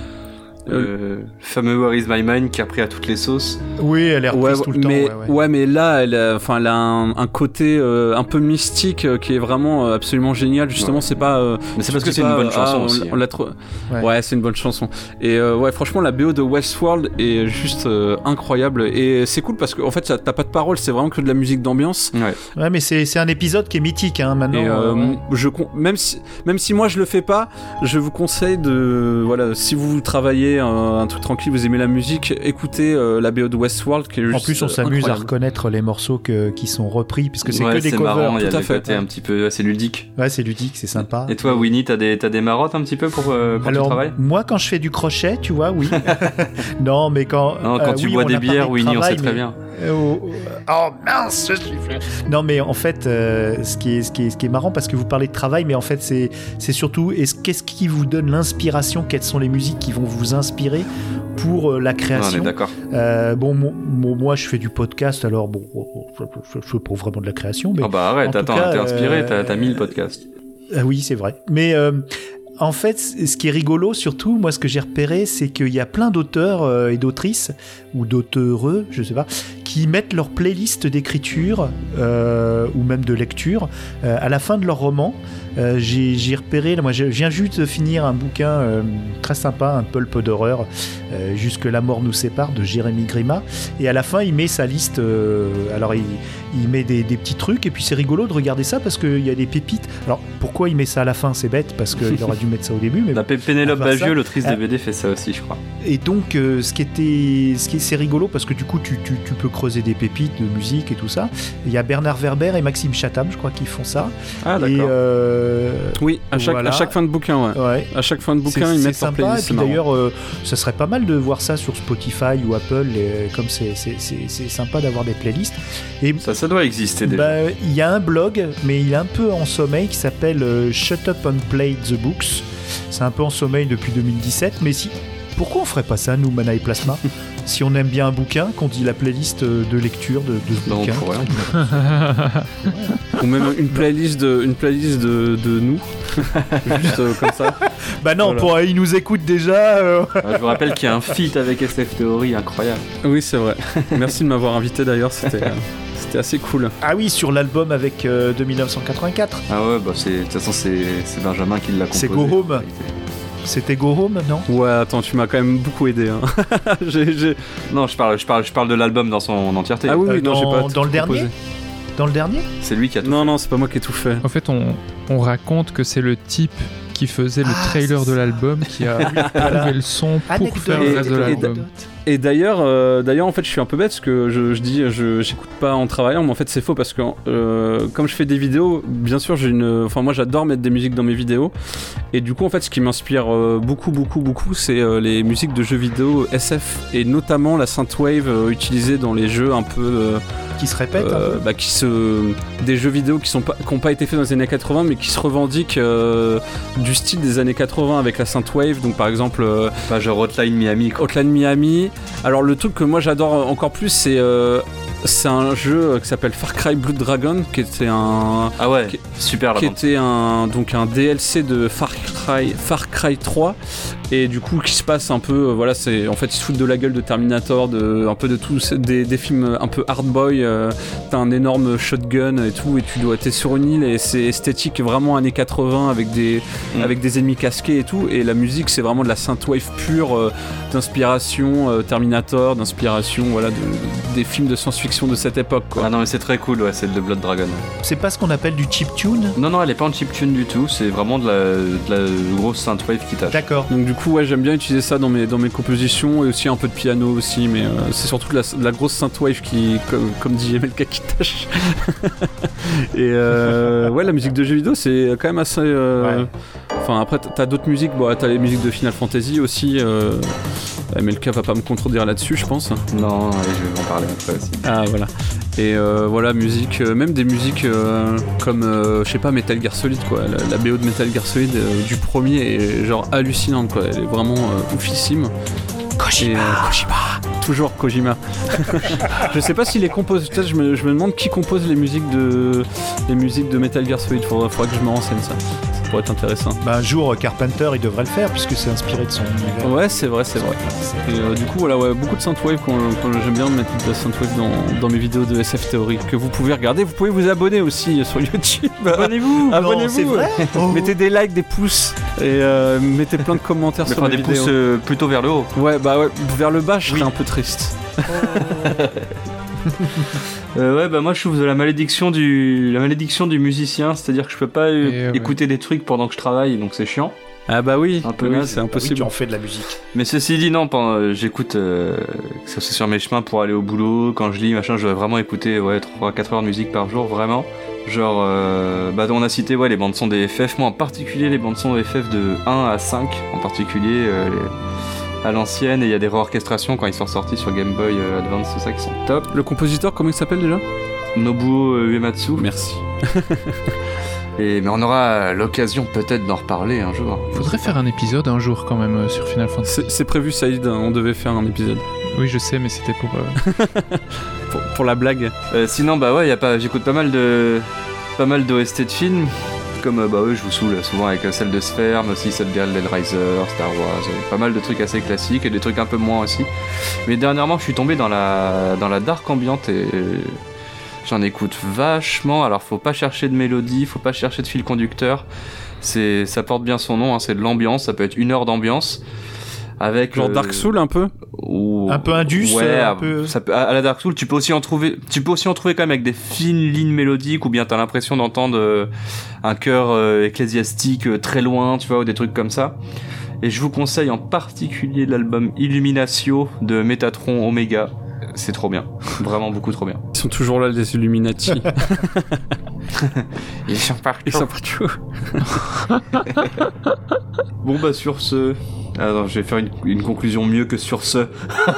S3: Euh, le fameux Where is my mind qui a pris à toutes les sauces.
S5: Oui, elle est reprise
S6: ouais,
S5: tout le temps.
S6: Mais,
S5: ouais, ouais.
S6: ouais, mais là, elle a, enfin, elle a un, un côté euh, un peu mystique euh, qui est vraiment euh, absolument génial. Justement, ouais. c'est pas. Euh,
S3: mais c'est parce que c'est pas, une bonne chanson
S6: ah,
S3: aussi.
S6: On, on l'a trop... ouais. ouais, c'est une bonne chanson. Et euh, ouais, franchement, la B O de Westworld est juste euh, incroyable. Et c'est cool parce qu'en fait, ça, t'as pas de paroles, c'est vraiment que de la musique d'ambiance.
S5: Ouais, ouais mais c'est, c'est un épisode qui est mythique hein, maintenant.
S6: Et, euh,
S5: ouais.
S6: je, même, si, même si moi je le fais pas, je vous conseille de. Voilà, si vous travaillez un, un truc tranquille, vous aimez la musique, écoutez euh, la B O de Westworld qui est juste
S5: en plus on s'amuse
S6: incroyable.
S5: à reconnaître les morceaux que, qui sont repris parce que c'est
S3: ouais,
S5: que des
S3: c'est
S5: covers
S3: marrant, il y a
S5: tout à
S3: le
S5: fait
S3: côté un petit peu c'est ludique
S5: ouais c'est ludique c'est sympa.
S3: Et toi Winnie t'as des, t'as des marottes un petit peu pour, euh, pour
S5: alors
S3: ton travail?
S5: Moi quand je fais du crochet tu vois oui non mais quand,
S3: non, quand
S5: euh,
S3: tu
S5: oui,
S3: bois des bières Winnie
S5: travail,
S3: on sait très
S5: mais...
S3: bien
S5: oh, oh mince je suis fait. Non mais en fait euh, ce, qui est, ce, qui est, ce qui est marrant parce que vous parlez de travail mais en fait c'est, c'est surtout est-ce, qu'est-ce qui vous donne l'inspiration, quelles sont les musiques qui vont vous inspirer pour euh, la création.
S3: Non, on est d'accord.
S5: Euh, bon, mon, mon, moi je fais du podcast alors bon je, je, je fais pas vraiment de la création mais
S3: ah bah arrête attends
S5: cas,
S3: t'es inspiré
S5: euh,
S3: t'as, t'as mis le podcast
S5: euh, oui c'est vrai mais euh, en fait, ce qui est rigolo, surtout, moi, ce que j'ai repéré, c'est qu'il y a plein d'auteurs euh, et d'autrices, ou d'auteureux, je sais pas, qui mettent leur playlist d'écriture, euh, ou même de lecture, euh, à la fin de leur roman. Euh, j'ai, j'ai repéré, moi, je viens juste de finir un bouquin euh, très sympa, un pulp d'horreur, euh, Jusque la mort nous sépare, de Jérémy Grima, et à la fin, il met sa liste, euh, alors il, il met des, des petits trucs, et puis c'est rigolo de regarder ça, parce qu'il y a des pépites. Alors, pourquoi il met ça à la fin? C'est bête, parce qu'il aurait dû mettre ça au début. Mais
S3: la
S5: bon,
S3: Pénélope Bagieux, l'autrice
S5: euh,
S3: des B D, fait ça aussi, je crois.
S5: Et donc, euh, ce qui était, ce qui est, c'est rigolo parce que du coup, tu, tu, tu peux creuser des pépites de musique et tout ça. Il y a Bernard Werber et Maxime Chatham, je crois, qui font ça.
S3: Ah d'accord.
S5: Et euh,
S6: oui, à chaque,
S5: voilà.
S6: à chaque fin de bouquin, ouais.
S5: ouais.
S6: À chaque fin de bouquin,
S5: c'est,
S6: ils
S5: c'est
S6: mettent leur
S5: sympa.
S6: playlist.
S5: Et puis d'ailleurs, euh, ça serait pas mal de voir ça sur Spotify ou Apple, et, comme c'est, c'est, c'est, c'est sympa d'avoir des playlists. Et
S3: ça, ça doit exister déjà.
S5: Bah, il y a un blog, mais il est un peu en sommeil, qui s'appelle euh, Shut Up and Play the Books. C'est un peu en sommeil depuis deux mille dix-sept, mais si... pourquoi on ferait pas ça, nous, Mana et Plasma? Si on aime bien un bouquin, qu'on dit la playlist de lecture de, de ce
S3: non,
S5: bouquin.
S3: On pourrait,
S6: ou même une playlist de, une playlist de, de nous. Juste euh, comme ça.
S5: Bah non,
S6: voilà.
S5: pour, ils nous écoutent déjà. Euh...
S3: Ah, je vous rappelle qu'il y a un feat avec S F Theory incroyable.
S6: Oui, c'est vrai. Merci de m'avoir invité d'ailleurs, c'était... Euh... C'était assez cool.
S5: Ah oui, sur l'album avec euh, de dix-neuf cent quatre-vingt-quatre.
S3: Ah ouais, bah c'est de toute façon c'est, c'est Benjamin qui l'a composé.
S5: C'est Go Home. C'était Go Home, non?
S6: Ouais, attends, tu m'as quand même beaucoup aidé. Hein. j'ai, j'ai...
S3: Non, je parle, je parle, je parle de l'album dans son entièreté.
S5: Ah oui, oui
S6: euh,
S5: non,
S6: j'ai pas
S5: dans, dans le dernier. Dans le dernier
S3: C'est lui qui a tout
S6: Non,
S3: fait.
S6: non, c'est pas moi qui ai tout fait.
S4: En fait, on, on raconte que c'est le type qui faisait le
S5: ah,
S4: trailer de l'album qui a trouvé le son pour
S5: Anecdote.
S4: faire le reste
S6: Et,
S4: de
S6: et,
S4: l'album.
S6: Et d'ailleurs, euh, d'ailleurs, en fait, je suis un peu bête parce que je, je dis, je, j'écoute pas en travaillant, mais en fait, c'est faux parce que euh, comme je fais des vidéos, bien sûr, j'ai une, enfin, moi, j'adore mettre des musiques dans mes vidéos, et du coup, en fait, ce qui m'inspire euh, beaucoup, beaucoup, beaucoup, c'est euh, les musiques de jeux vidéo S F et notamment la synthwave euh, utilisée dans les jeux un peu euh,
S5: qui se répètent,
S6: euh, bah, qui se, des jeux vidéo qui sont pas, qui ont pas été faits dans les années quatre-vingts, mais qui se revendiquent euh, du style des années quatre-vingts avec la synthwave. Donc, par exemple, euh,
S3: bah, genre Hotline Miami. Quoi.
S6: Hotline Miami. Alors le truc que moi j'adore encore plus c'est euh, c'est un jeu qui s'appelle Far Cry Blood Dragon qui était un
S3: ah ouais
S6: qui,
S3: super
S6: qui était un donc un D L C de Far Cry Far Cry trois et du coup qui se passe un peu euh, voilà c'est en fait ils se foutent de la gueule de Terminator de un peu de tout des, des films un peu hard boy euh, t'as un énorme shotgun et tout et tu dois être sur une île et c'est esthétique vraiment années quatre-vingts avec des mm. avec des ennemis casqués et tout et la musique c'est vraiment de la synthwave pure euh, d'inspiration euh, Terminator d'inspiration voilà de, de, des films de science-fiction de cette époque quoi.
S3: Ah non mais c'est très cool ouais c'est de Blood Dragon.
S5: C'est pas ce qu'on appelle du chiptune?
S3: Non non elle est pas en chiptune du tout c'est vraiment de la, de la grosse synthwave qui tâche.
S5: D'accord.
S6: Donc du coup, ouais, j'aime bien utiliser ça dans mes, dans mes compositions et aussi un peu de piano aussi, mais euh, c'est surtout de la, de la grosse synthwave qui, comme, comme dit M L K, qui tâche. Et euh, ouais, la musique de jeux vidéo, c'est quand même assez. Euh, ouais. Enfin, après, t'as d'autres musiques, bon, t'as les musiques de Final Fantasy aussi. Euh, M L K va pas me contredire là-dessus, je pense.
S3: Non, allez, je vais en parler après aussi.
S6: Ah, voilà. Et euh, voilà, musique, euh, même des musiques euh, comme, euh, je sais pas, Metal Gear Solid, quoi. La, la B O de Metal Gear Solid euh, du premier est genre hallucinante, quoi. Elle est vraiment euh, oufissime.
S5: Kojima.
S6: Et, euh, Kojima. Toujours Kojima. Je sais pas si les compose. Peut-être je me, je me demande qui compose les musiques de les musiques de Metal Gear Solid. Faudra, faudra que je me renseigne ça. Ça pourrait être intéressant.
S5: Bah un jour Carpenter il devrait le faire puisque c'est inspiré de son univers.
S6: Ouais, c'est vrai, c'est vrai. Et euh, du coup voilà, ouais, beaucoup de synthwave. Quand, quand j'aime bien mettre de la synthwave dans, dans mes vidéos de S F Theory que vous pouvez regarder. Vous pouvez vous abonner aussi sur YouTube.
S3: Abonnez-vous.
S6: Abonnez-vous.
S5: Non, c'est vrai.
S6: Oh. Mettez des likes, des pouces et euh, mettez plein de commentaires sur
S3: mes
S6: les
S3: des
S6: vidéos.
S3: pouces euh, plutôt vers le haut.
S6: Ouais, bah ouais, vers le bas, je serais
S5: Oui.
S6: un peu triste.
S3: euh, ouais, bah moi je trouve de la malédiction du la malédiction du musicien, c'est-à-dire que je peux pas euh,
S4: ouais.
S3: écouter des trucs pendant que je travaille, donc c'est chiant.
S6: Ah bah oui,
S3: Un peu
S6: oui,
S3: naze.
S6: c'est
S5: Ah oui,
S6: impossible.
S5: tu en fais de la musique.
S3: Mais ceci dit, non, pendant, euh, j'écoute, euh, que ce soit sur mes chemins pour aller au boulot, quand je lis, machin, je dois vraiment écouter ouais, trois à quatre heures de musique par jour, vraiment. Genre, euh, bah on a cité ouais, les bandes-sons des F F, moi en particulier les bandes-sons F F de un à cinq, en particulier euh, les, à l'ancienne, et il y a des réorchestrations quand ils sont sortis sur Game Boy euh, Advance, c'est ça qui sont top.
S6: Le compositeur, comment il s'appelle déjà ?
S3: Nobuo Uematsu.
S6: Merci.
S3: Et, mais on aura l'occasion peut-être d'en reparler un jour.
S4: Faudrait faire un épisode un jour quand même euh, sur Final Fantasy.
S6: C'est, c'est prévu, Saïd, on devait faire un épisode.
S4: Oui, je sais, mais c'était pour. Euh...
S6: pour, pour la blague.
S3: Euh, sinon, bah ouais, y a pas, j'écoute pas mal de, pas mal d'O S T de films. Comme euh, bah ouais, je vous saoule souvent avec euh, celle de Sphere, mais aussi celle d'Hellraiser, Star Wars, euh, pas mal de trucs assez classiques et des trucs un peu moins aussi. Mais dernièrement, je suis tombé dans la, dans la dark ambiante et euh, j'en écoute vachement. Alors, faut pas chercher de mélodie, faut pas chercher de fil conducteur. C'est, ça porte bien son nom, hein, c'est de l'ambiance. Ça peut être une heure d'ambiance. Avec
S6: genre
S3: euh,
S6: Dark Soul un peu
S5: ou... un peu indus
S3: ouais
S5: un
S3: à,
S5: peu...
S3: Ça peut, à la Dark Soul tu peux aussi en trouver tu peux aussi en trouver quand même avec des fines lignes mélodiques ou bien t'as l'impression d'entendre euh, un chœur euh, ecclésiastique euh, très loin tu vois ou des trucs comme ça. Et je vous conseille en particulier l'album Illuminatio de Metatron Omega. C'est trop bien, vraiment beaucoup trop bien.
S6: Ils sont toujours là les Illuminati.
S3: Ils sont partout.
S6: Ils sont partout.
S3: Bon bah sur ce, alors je vais faire une, une conclusion mieux que sur ce.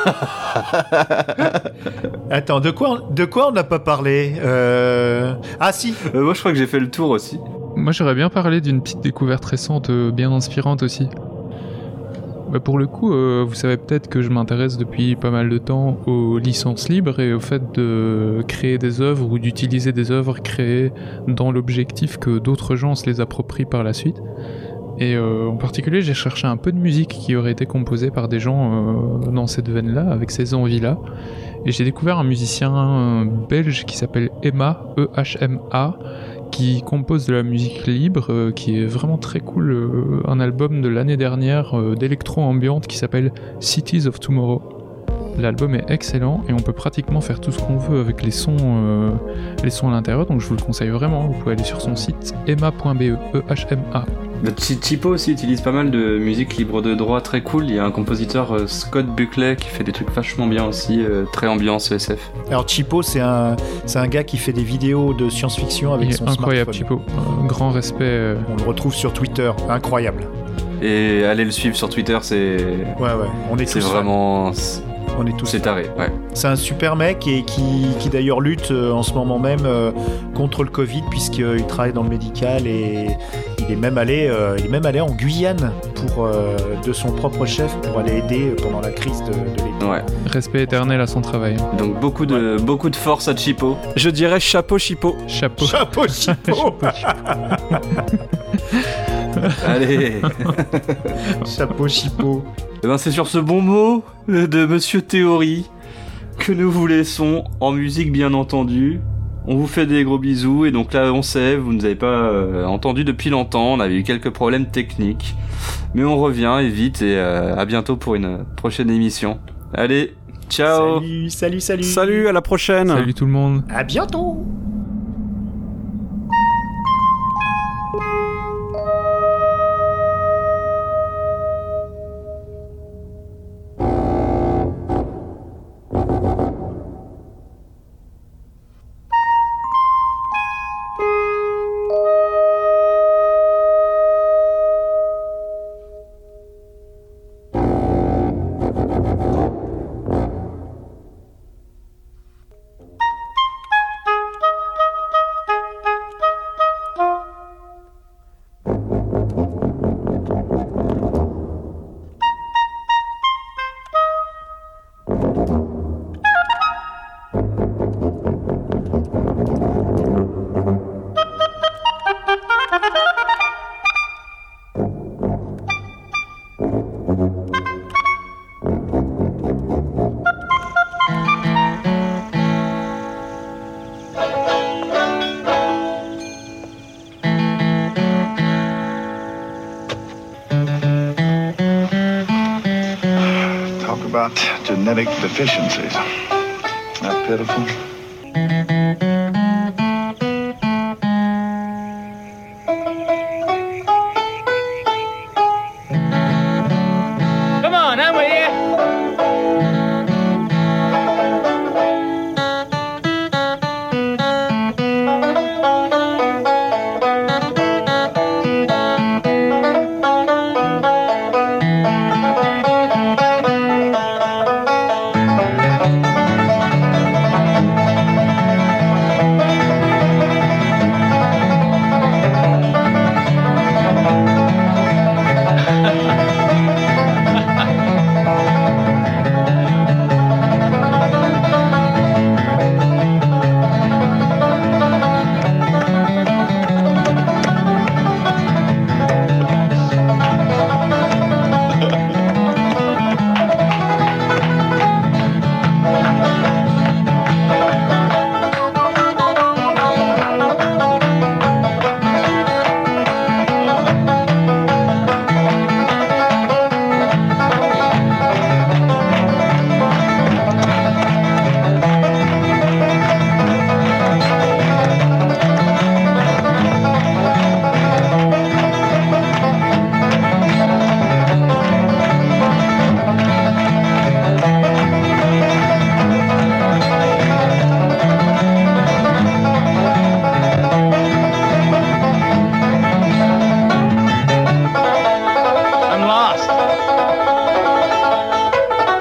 S5: Attends, de quoi, de quoi on n'a pas parlé euh... Ah si.
S3: Euh, moi je crois que j'ai fait le tour aussi.
S4: Moi j'aurais bien parlé d'une petite découverte récente, euh, bien inspirante aussi. Bah pour le coup, euh, vous savez peut-être que je m'intéresse depuis pas mal de temps aux licences libres et au fait de créer des œuvres ou d'utiliser des œuvres créées dans l'objectif que d'autres gens se les approprient par la suite. Et euh, en particulier, j'ai cherché un peu de musique qui aurait été composée par des gens euh, dans cette veine-là, avec ces envies-là. Et j'ai découvert un musicien euh, belge qui s'appelle Emma, E H M A, qui compose de la musique libre, euh, qui est vraiment très cool. Euh, un album de l'année dernière euh, d'électro-ambiante qui s'appelle Cities of Tomorrow. L'album est excellent et on peut pratiquement faire tout ce qu'on veut avec les sons, euh, les sons à l'intérieur, donc je vous le conseille vraiment. Vous pouvez aller sur son site emma point b e, E H M A.
S3: Chipo aussi utilise pas mal de musique libre de droit très cool. Il y a un compositeur euh, Scott Buckley qui fait des trucs vachement bien aussi, euh, très ambiance E S F.
S5: Alors Chipo, c'est un, c'est un gars qui fait des vidéos de science-fiction avec
S4: Il
S5: son
S4: est incroyable,
S5: smartphone.
S4: Chipo. Un grand respect. Euh...
S5: On le retrouve sur Twitter, incroyable.
S3: Et allez le suivre sur Twitter, c'est.
S5: Ouais ouais, on est
S3: C'est
S5: tous
S3: vraiment.
S5: On est tous.
S3: C'est taré, ouais.
S5: C'est un super mec et qui, qui d'ailleurs lutte euh, en ce moment même euh, contre le Covid puisqu'il travaille dans le médical et il est même allé, euh, il est même allé en Guyane pour euh, de son propre chef pour aller aider pendant la crise de, de l'été.
S3: Ouais.
S4: Respect éternel à son travail.
S3: Donc beaucoup de ouais. beaucoup de force à Chipo.
S6: Je dirais chapeau Chipo.
S4: Chapeau.
S5: Chapeau Chipo.
S3: Allez.
S5: Chapeau Chipo.
S3: Et ben c'est sur ce bon mot de Monsieur Théorie que nous vous laissons en musique bien entendu. On vous fait des gros bisous et donc là on sait, vous ne nous avez pas euh, entendu depuis longtemps, on avait eu quelques problèmes techniques. Mais on revient et vite et euh, à bientôt pour une prochaine émission. Allez, ciao.
S5: Salut, salut, salut.
S6: Salut, à la prochaine.
S4: Salut tout le monde.
S5: À bientôt.
S11: about genetic deficiencies. Not pitiful.
S10: Come on, I'm with you.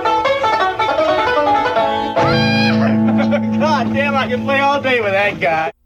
S10: God damn, I can play all day with that guy.